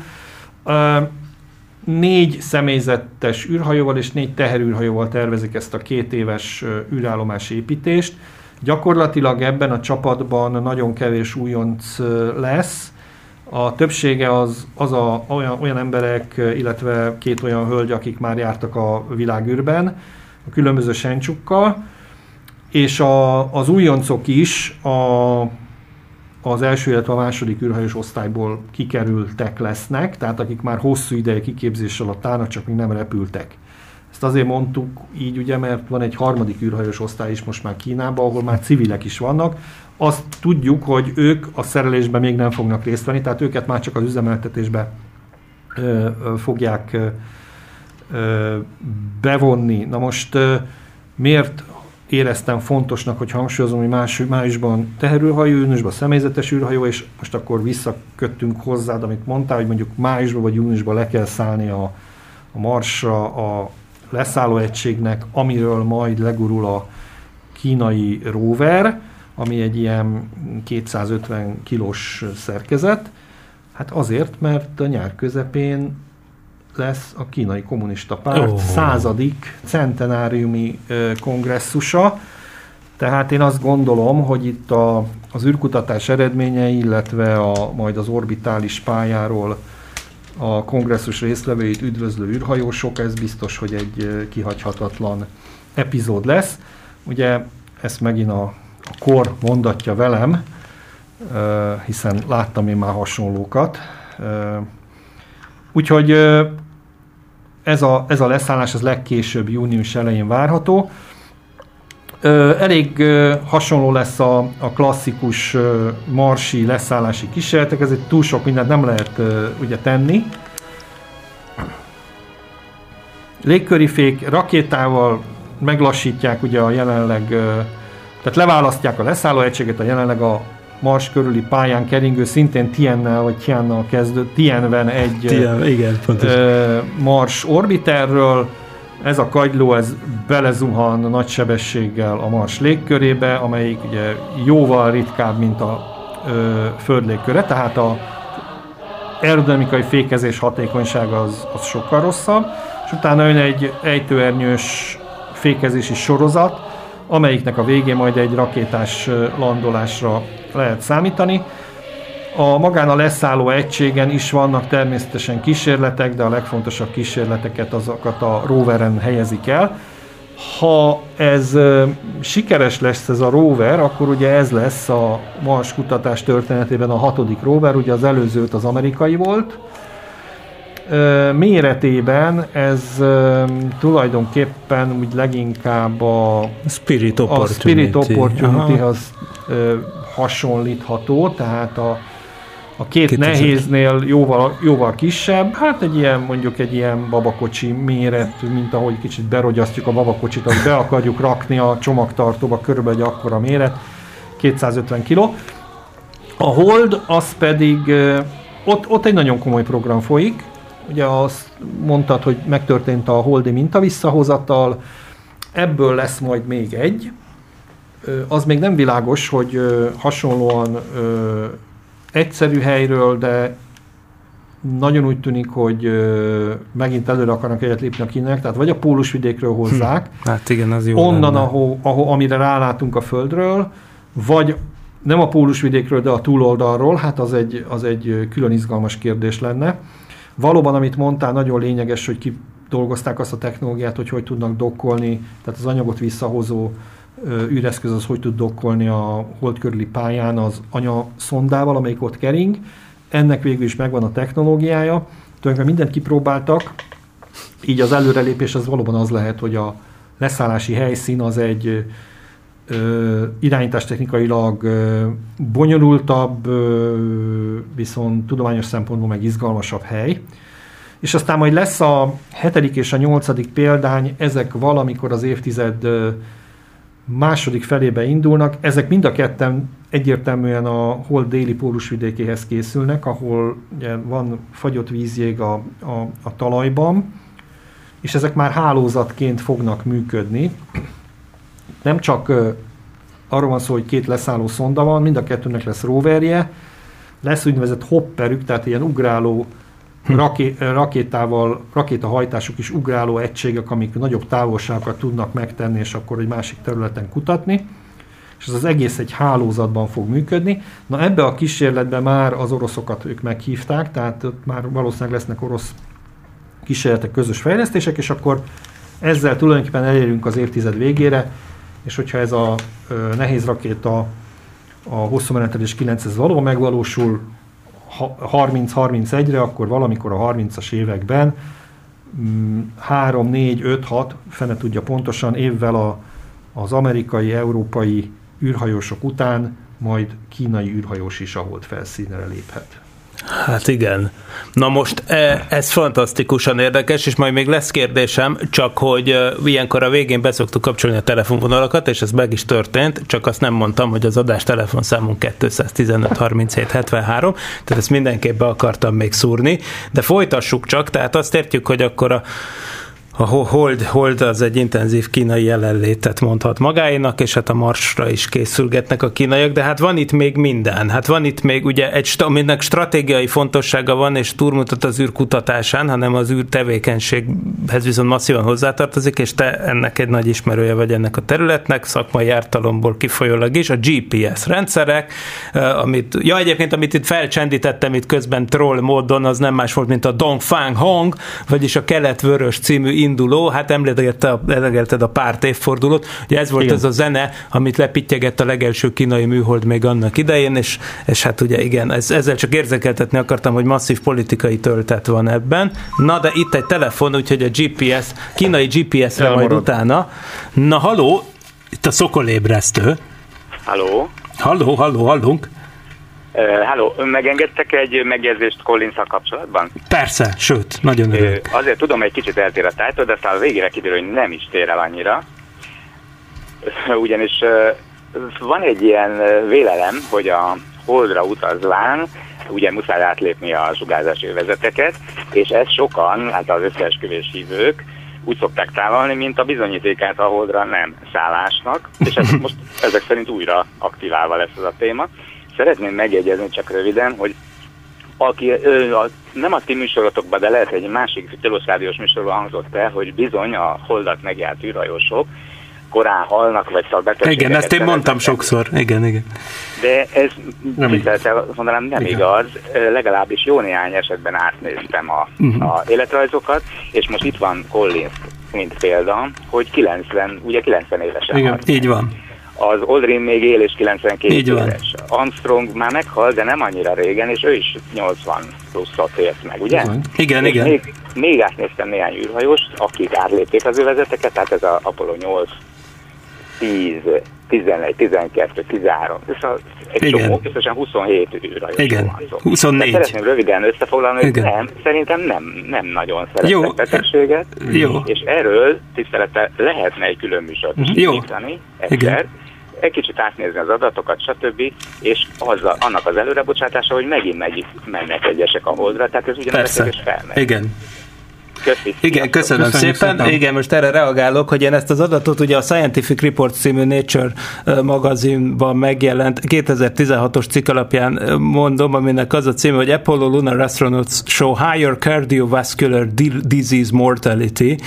Négy személyzetes űrhajóval és négy teherűrhajóval tervezik ezt a két éves űrállomás építést. Gyakorlatilag ebben a csapatban nagyon kevés újonc lesz. A többsége az, az a, olyan, olyan emberek, illetve két olyan hölgy, akik már jártak a világűrben, a különböző sencsukkal, és a, az újoncok is a, az első, illetve a második űrhajós osztályból kikerültek lesznek, tehát akik már hosszú ideje kiképzés alatt állnak, csak még nem repültek. Ezt azért mondtuk így, ugye, mert van egy harmadik űrhajós osztály is most már Kínában, ahol már civilek is vannak. Azt tudjuk, hogy ők a szerelésben még nem fognak részt venni, tehát őket már csak az üzemeltetésbe ö, ö, fogják ö, ö, bevonni. Na most ö, miért éreztem fontosnak, hogy hangsúlyozom, hogy más, májusban teherűrhajó, júniusban személyzetes űrhajó, és most akkor visszaköttünk hozzád, amit mondtál, hogy mondjuk májusban vagy júniusban le kell szállni a, a Marsra a leszállóegységnek, amiről majd legurul a kínai rover, ami egy ilyen kétszázötven kilós szerkezet. Hát azért, mert a nyár közepén lesz a kínai kommunista párt oh. századik centenáriumi kongresszusa. Tehát én azt gondolom, hogy itt a, az űrkutatás eredményei, illetve a, majd az orbitális pályáról a kongresszus résztvevőit üdvözlő űrhajósok, ez biztos, hogy egy kihagyhatatlan epizód lesz. Ugye ezt megint a, a kor mondatja velem, hiszen láttam én már hasonlókat. Úgyhogy ez a, ez a leszállás az legkésőbb június elején várható. Elég hasonló lesz a, a klasszikus marsi leszállási kísérletek, ezért túl sok mindent nem lehet ugye tenni. Légköri fék rakétával meglassítják ugye a jelenleg, tehát leválasztják a leszállóegységet, a jelenleg a Mars körüli pályán keringő, szintén Tiannel vagy Tiannal kezdő, Tianwen egy Tien, igen, Mars orbiterről. Ez a kagyló, ez belezuhan nagy sebességgel a Mars légkörébe, amelyik ugye jóval ritkább, mint a ö, Föld légköre, tehát a aerodinamikai fékezés hatékonysága az, az sokkal rosszabb, és utána jön egy ejtőernyős fékezési sorozat, amelyiknek a végén majd egy rakétás landolásra lehet számítani. A magán a leszálló egységen is vannak természetesen kísérletek, de a legfontosabb kísérleteket azokat a roveren helyezik el. Ha ez sikeres lesz ez a rover, akkor ugye ez lesz a Mars kutatás történetében a hatodik rover, ugye az előző az amerikai volt. Méretében ez tulajdonképpen úgy leginkább a Spirit Opportunity, a Spirit Opportunity-hoz hasonlítható, tehát a, a két kétezer nehéznél jóval, jóval kisebb, hát egy ilyen, mondjuk egy ilyen babakocsi méret, mint ahogy kicsit berogyasztjuk a babakocsit, hogy be akarjuk rakni a csomagtartóba, körülbelül egy akkora méret, kétszázötven kiló. A Hold, az pedig, ott, ott egy nagyon komoly program folyik, ugye azt mondtad, hogy megtörtént a holdi mintavisszahozatal, ebből lesz majd még egy. Az még nem világos, hogy hasonlóan egyszerű helyről, de nagyon úgy tűnik, hogy megint előre akarnak egyet lépni a kínaiak, tehát vagy a pólusvidékről hozzák, hm. hát igen, az jó onnan, ahol, ahol, amire rálátunk a Földről, vagy nem a pólusvidékről, de a túloldalról, hát az egy, az egy külön izgalmas kérdés lenne. Valóban, amit mondtál, nagyon lényeges, hogy kidolgozták azt a technológiát, hogy hogy tudnak dokkolni, tehát az anyagot visszahozó űreszköz az hogy tud dokkolni a hold körüli pályán az anyaszondával, amelyik ott kering. Ennek végül is megvan a technológiája. Tulajdonképpen mindent kipróbáltak, így az előrelépés az valóban az lehet, hogy a leszállási helyszín az egy ö, irányítástechnikailag ö, bonyolultabb, ö, viszont tudományos szempontból meg izgalmasabb hely. És aztán majd lesz a hetedik és a nyolcadik példány, ezek valamikor az évtized ö, második felébe indulnak. Ezek mind a ketten egyértelműen a Hold déli pólusvidékéhez készülnek, ahol ugye van fagyott vízjég a, a, a talajban, és ezek már hálózatként fognak működni. Nem csak uh, arról van szó, hogy két leszálló szonda van, mind a kettőnek lesz roverje, lesz úgynevezett hopperük, tehát ilyen ugráló raké, rakétával, rakétahajtásuk is ugráló egységek, amik nagyobb távolságokat tudnak megtenni, és akkor egy másik területen kutatni. És ez az egész egy hálózatban fog működni. Na ebbe a kísérletben már az oroszokat ők meghívták, tehát ott már valószínűleg lesznek orosz kísérletek, közös fejlesztések, és akkor ezzel tulajdonképpen elérünk az évtized végére, és hogyha ez a ö, nehéz rakéta a hosszúmenetelés kilencszáz valóban megvalósul harminc harmincegyre, akkor valamikor a harmincas években három, négy, öt, hat, fene tudja pontosan, évvel a, az amerikai, európai űrhajósok után majd kínai űrhajós is a hold felszínre léphet. Hát igen. Na most ez fantasztikusan érdekes, és majd még lesz kérdésem, csak hogy ilyenkor a végén beszoktuk kapcsolni a telefonvonalakat, és ez meg is történt, csak azt nem mondtam, hogy az adás telefonszámunk kétszáztizenöt harminchét hetvenhárom, tehát ezt mindenképp be akartam még szúrni, de folytassuk csak, tehát azt értjük, hogy akkor a A Hold, Hold az egy intenzív kínai jelenlétet mondhat magáénak, és hát a Marsra is készülgetnek a kínaiak, de hát van itt még minden. Hát van itt még ugye egy, aminek stratégiai fontossága van, és túlmutat az űrkutatásán, hanem az űr tevékenységhez viszont masszívan hozzátartozik, és te ennek egy nagy ismerője vagy ennek a területnek, szakmai ártalomból kifolyólag is, a gé pé es rendszerek, amit, ja egyébként, amit itt felcsendítettem itt közben troll módon, az nem más volt, mint a Dongfang Hong, vagyis a Kelet-Vörös című induló, hát emlegetted a párt évfordulót, ugye ez volt igen. Ez a zene, amit lepittyegett a legelső kínai műhold még annak idején, és, és hát ugye igen, ez, ezzel csak érzékeltetni akartam, hogy masszív politikai töltet van ebben. Na, de itt egy telefon, úgyhogy a gé pé es, kínai gé pé es-re majd utána. Na, haló, itt a szokolébresztő. Halló. Halló, halló, hallunk. Uh, halló, megengedtek egy megjegyzést Collinsszal kapcsolatban? Persze, sőt, nagyon örülök. Uh, azért tudom, egy kicsit eltér a tájtól, de aztán a végére kiderül, hogy nem is tér el annyira. Uh, ugyanis uh, van egy ilyen vélelem, hogy a Holdra utazván ugye muszáj átlépni a sugárzási övezeteket, és ezt sokan, hát az összeesküvés hívők úgy szokták tálalni, mint a bizonyítékát a Holdra nem szállásnak, és ez most ezek szerint újra aktiválva lesz ez a téma. Szeretném megjegyezni csak röviden, hogy aki, ö, a, nem a ti műsorotokban, de lehet egy másik Tilos Rádiós műsorban hangzott el, hogy bizony a Holdat megjárt űrhajósok korán halnak, vagy szóval betegségeket. Igen, ezt én mondtam sokszor. Igen, igen. De ez, tisztelettel mondanám, nem igen. igaz. Legalábbis jó néhány esetben átnéztem a, uh-huh. a életrajzokat, és most itt van Collins, mint példa, hogy kilencven, ugye kilencven évesen igen, halt. Így van. Az Aldrin még él, és kilencvenkét így éves. Van. Armstrong már meghalt, de nem annyira régen, és ő is nyolcvan pluszot élt meg, ugye? Igen, és igen. Még, még átnéztem néhány űrhajóst, akik átlépték az övezeteket, tehát ez az Apollo nyolc, tíz, tizenegy, tizenkettő, tizenhárom, egy csomó, összesen huszonhét űrhajós. Igen, huszonnégy. De szeretném röviden összefoglalni, hogy nem, szerintem nem, nem nagyon szeretnek betegséget, Jó. és erről tisztelettel lehetne egy külön műsort is indítani, egyszer, egy kicsit átnézni az adatokat, stb. És azzal, annak az előrebocsátása, hogy megint megy, mennek egyesek a Holdra, tehát ez ugyanaz és felmegy. Igen. Köszi. Igen, köszönöm szépen. szépen. Igen, most erre reagálok, hogy én ezt az adatot ugye a Scientific Reports című Nature magazinban megjelent kétezer-tizenhatos cikk alapján mondom, aminek az a címe, hogy Apollo Lunar Astronauts show higher cardiovascular disease mortality.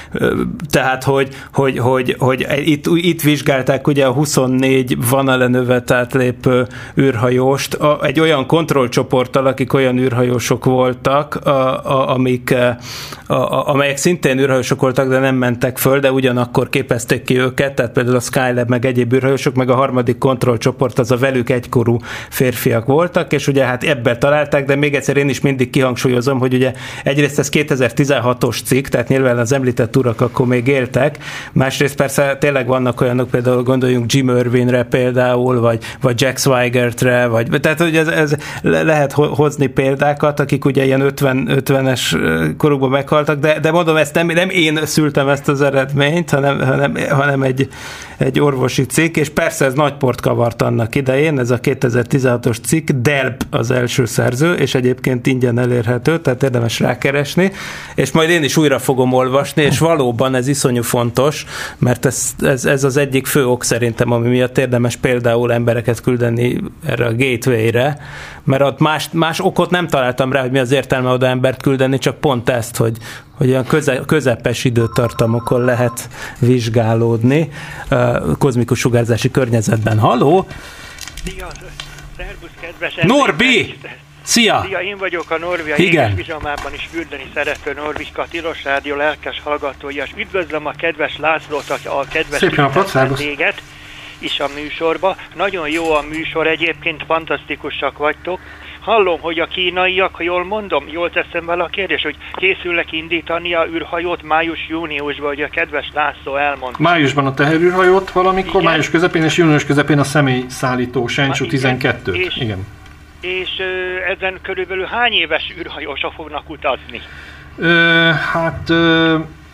Tehát, hogy, hogy, hogy, hogy itt, itt vizsgálták ugye a huszonnégy Van Allen-övet átlépő űrhajóst a, egy olyan kontrollcsoporttal, akik olyan űrhajósok voltak, a, a, amik, a, a, amelyek szintén űrhajósok voltak, de nem mentek föl, de ugyanakkor képezték ki őket, tehát például a Skylab meg egyéb űrhajósok, meg a harmadik kontrollcsoport az a velük egykorú férfiak voltak, és ugye hát ebben találták, de még egyszer én is mindig kihangsúlyozom, hogy ugye egyrészt ez kétezer-tizenhatos cikk, tehát nyilván az említett urak akkor még éltek, másrészt persze tényleg vannak olyanok, például gondoljunk Jim Irwinre például, vagy, vagy Jack Swigert-re, vagy, tehát hogy ez, ez lehet hozni példákat, akik ugye ilyen ötven-ötvenes korukban meghaltak, de, de mondom, ezt nem, nem én szültem ezt az eredményt, hanem, hanem, hanem egy, egy orvosi cikk, és persze ez nagy port kavart annak idején, ez a kétezer-tizenhatos cikk, Delp az első szerző, és egyébként ingyen elérhető, tehát érdemes rákeresni, és majd én is újra fogom olvasni, és valóban ez iszonyú fontos, mert ez, ez, ez az egyik fő ok szerintem, ami miatt érdemes például embereket küldeni erre a gateway-re, mert ott más, más okot nem találtam rá, hogy mi az értelme oda embert küldeni, csak pont ezt, hogy, hogy olyan köze, közepes időtartamokon lehet vizsgálódni uh, kozmikus sugárzási környezetben. Halló? Szia, szervusz, kedves Norbi! Szia! Szia, én vagyok a Norvi, a éges pizsamában is küldeni szerető Norviska, Tilos Rádió lelkes hallgatója, és üdvözlöm a kedves Lászlót, a kedves vendéget is a műsorba. Nagyon jó a műsor, egyébként fantasztikusak vagytok. Hallom, hogy a kínaiak, ha jól mondom, jól teszem vele a kérdés, hogy készülnek indítani a űrhajót május-júniusban, hogy a kedves László elmondta. Májusban a teherűrhajót valamikor, igen. Május közepén és június közepén a személyszállító Shenzhou tizenkettőt. És, igen. És ö, ezen körülbelül hány éves űrhajósok fognak utazni? Ö, hát, ö,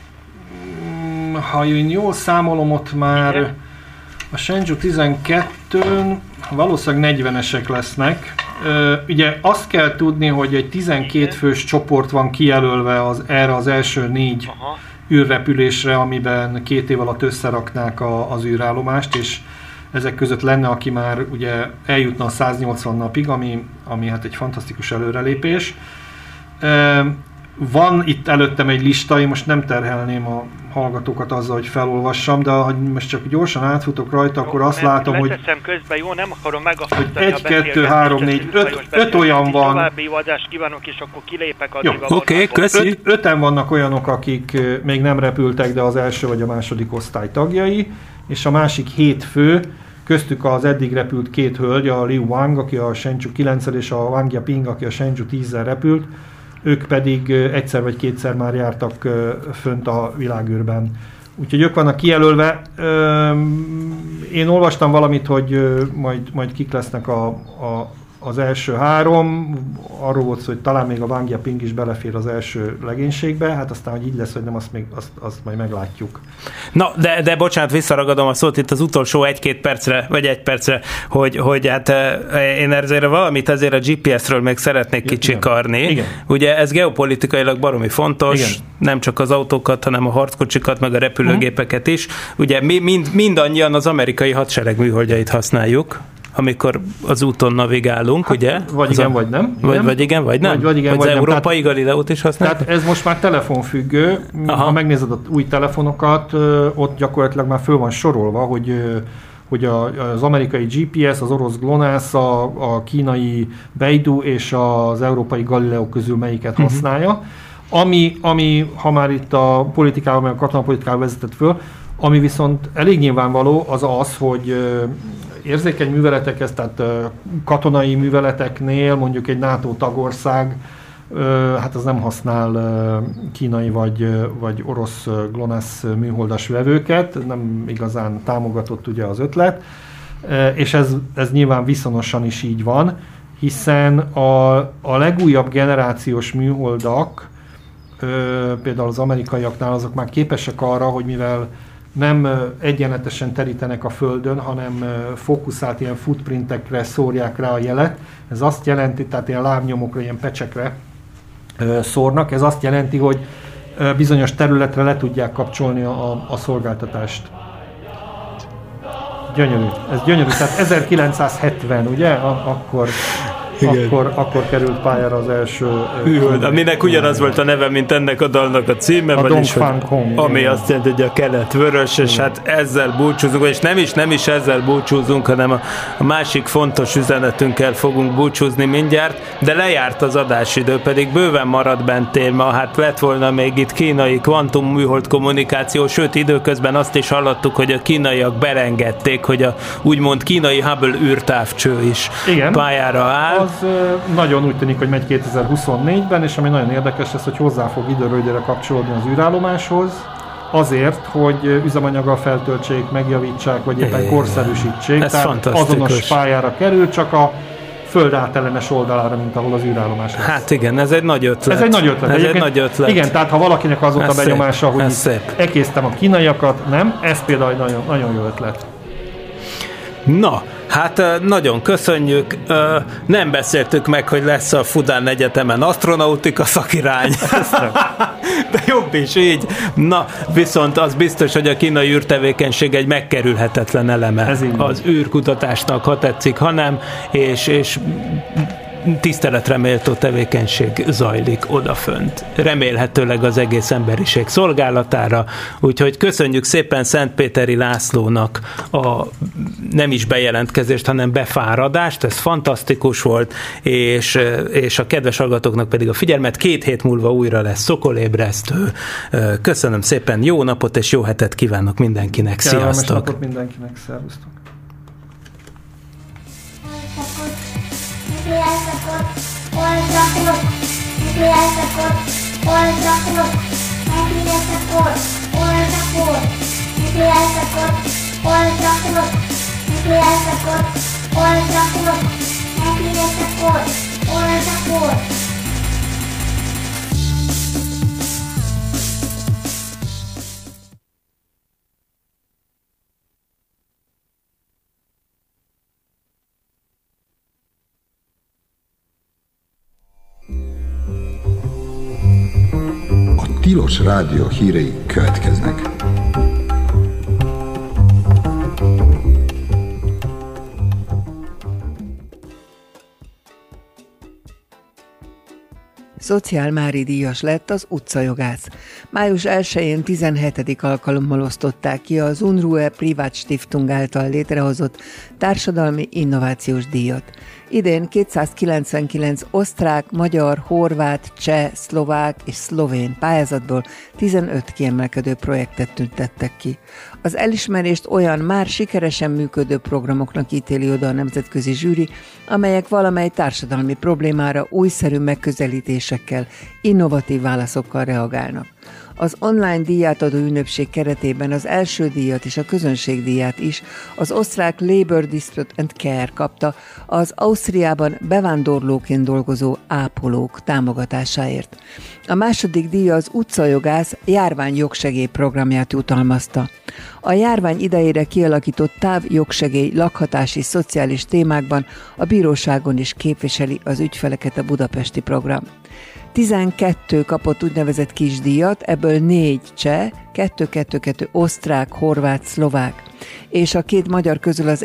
ha én jól számolom, ott már igen. A Shenzhou tizenkettőn valószínűleg negyvenesek lesznek. Ö, ugye azt kell tudni, hogy egy tizenkét fős csoport van kijelölve az, erre az első négy Aha. űrrepülésre, amiben két év alatt összeraknák a, az űrállomást, és ezek között lenne, aki már ugye eljutna a száznyolcvan napig, ami, ami hát egy fantasztikus előrelépés. Van itt előttem egy lista, én most nem terhelném a hallgatókat azzal, hogy felolvassam, de ha most csak gyorsan átfutok rajta, jó, akkor azt látom, hogy közben, jó, nem akarom megakasztani egy, kettő, három, négy, öt, öt olyan van. További jó adást kívánok, és akkor kilépek addig a okay, öt, öten vannak olyanok, akik még nem repültek, de az első vagy a második osztály tagjai, és a másik hét fő, köztük az eddig repült két hölgy, a Liu Wang, aki a Shenzhou kilenccel, és a Wang Yaping, aki a Shenzhou tízzel repült, ők pedig egyszer vagy kétszer már jártak fönt a világűrben. Úgyhogy ők vannak kijelölve. Én olvastam valamit, hogy majd, majd kik lesznek a, a, az első három. Arról volt szó, hogy talán még a Wang Yaping is belefér az első legénységbe. Hát aztán, hogy így lesz, hogy nem, azt, még, azt, azt majd meglátjuk. Na, de, de bocsánat, visszaragadom a szót itt az utolsó egy-két percre, vagy egy percre, hogy, hogy hát én ezért valamit azért a gé pé es-ről még szeretnék kicsikarni. Igen. Igen. Ugye ez geopolitikailag baromi fontos, igen. Nem csak az autókat, hanem a harckocsikat, meg a repülőgépeket is. Ugye mi mind, mindannyian az amerikai hadsereg műholdjait használjuk. amikor az úton navigálunk, hát, ugye? Vagy az igen, a, vagy nem. Vagy, vagy igen, vagy nem? Vagy, vagy igen, vagy, vagy az nem. európai tehát, Galileót is használják? Tehát ez most már telefonfüggő. Aha. Ha megnézed az új telefonokat, ott gyakorlatilag már föl van sorolva, hogy hogy az amerikai gé pé es, az orosz GLONASS, a, a kínai Beidou és az európai Galileo közül melyiket használja. Uh-huh. Ami, ami, ha már itt a politikával, meg a katonapolitikával vezetett föl, ami viszont elég nyilvánvaló, az az, hogy érzékeny műveletekhez, tehát katonai műveleteknél mondjuk egy NATO tagország, hát az nem használ kínai vagy, vagy orosz GLONASS műholdas vevőket, nem igazán támogatott ugye az ötlet, és ez, ez nyilván viszonosan is így van, hiszen a, a legújabb generációs műholdak, például az amerikaiaknál azok már képesek arra, hogy mivel nem egyenletesen terítenek a földön, hanem fókuszált ilyen footprintekre szórják rá a jelet. Ez azt jelenti, tehát ilyen lábnyomokra, ilyen pecsekre szórnak. Ez azt jelenti, hogy bizonyos területre le tudják kapcsolni a, a szolgáltatást. Gyönyörű. Ez gyönyörű. Tehát ezerkilencszázhetven, ugye? Akkor, akkor, akkor került pályára az első... Műhold, aminek ugyanaz volt a neve, mint ennek a dalnak a címe, a vagyis, hogy, Kong, ami igen. azt jelenti, hogy a kelet vörös, és hát ezzel búcsúzunk, és nem is, nem is ezzel búcsúzunk, hanem a, a másik fontos üzenetünkkel fogunk búcsúzni mindjárt, de lejárt az adásidő, pedig bőven maradt bent téma, hát lett volna még itt kínai kvantum műhold kommunikáció, sőt időközben azt is hallottuk, hogy a kínaiak belengedték, hogy a úgymond kínai Hubble űrtávcső is igen. pályára áll. Az nagyon úgy tűnik, hogy megy kétezer-huszonnégyben, és ami nagyon érdekes lesz, hogy hozzá fog időről időre kapcsolódni az űrállomáshoz, azért, hogy üzemanyaggal feltöltsék, megjavítsák, vagy éppen korszerűsítsék. Ez Tehát azonos pályára kerül, csak a föld átellenes oldalára, mint ahol az űrállomás lesz. Hát igen, ez egy nagy ötlet. Ez egy nagy ötlet. Ez egy nagy ötlet. Igen, tehát ha valakinek az volt a benyomása, hogy ekésztem a kínaiakat, nem, ez például egy nagyon, nagyon jó ötlet. Na, hát nagyon köszönjük. Nem beszéltük meg, hogy lesz a Fudán Egyetemen asztronautika szakirány. De jobb is így. Na, viszont az biztos, hogy a kínai űrtevékenység egy megkerülhetetlen eleme az űrkutatásnak, ha tetszik, ha nem, és, és tiszteletre méltó tevékenység zajlik odafönt. Remélhetőleg az egész emberiség szolgálatára, úgyhogy köszönjük szépen Szentpéteri Lászlónak a nem is bejelentkezést, hanem befáradást, ez fantasztikus volt, és, és a kedves hallgatóknak pedig a figyelmet, két hét múlva újra lesz Szokolébresztő. Köszönöm szépen, jó napot és jó hetet kívánok mindenkinek, sziasztok! Kellemes napot mindenkinek, szervusztok! Nukleászakot, oldrakot, nukleászakot, oldrakot, nukleászakot, oldrakot, nukleászakot, oldrakot, nukleászakot, oldrakot, nukleászakot, oldrakot. Tilos Rádió hírei következnek. Szociál Mári díjas lett az utcajogász. május elsején tizenhetedik alkalommal osztották ki az Unruhe Privatstiftung által létrehozott társadalmi innovációs díjat. Idén kétszázkilencvenkilenc osztrák, magyar, horvát, cseh, szlovák és szlovén pályázatból tizenöt kiemelkedő projektet tüntettek ki. Az elismerést olyan már sikeresen működő programoknak ítéli oda a nemzetközi zsűri, amelyek valamely társadalmi problémára újszerű megközelítésekkel, innovatív válaszokkal reagálnak. Az online díjátadó ünnepség keretében az első díjat és a közönségdíjat is az osztrák Labor Dispute and Care kapta az Ausztriában bevándorlóként dolgozó ápolók támogatásáért. A második díj az utcajogász járvány jogsegély programját jutalmazta. A járvány idejére kialakított távjogsegély lakhatási szociális témákban a bíróságon is képviseli az ügyfeleket a budapesti program. tizenkettő kapott úgynevezett kisdíjat, ebből négy cseh, kettő kettő kettő osztrák, horvát, szlovák, és a két magyar közül az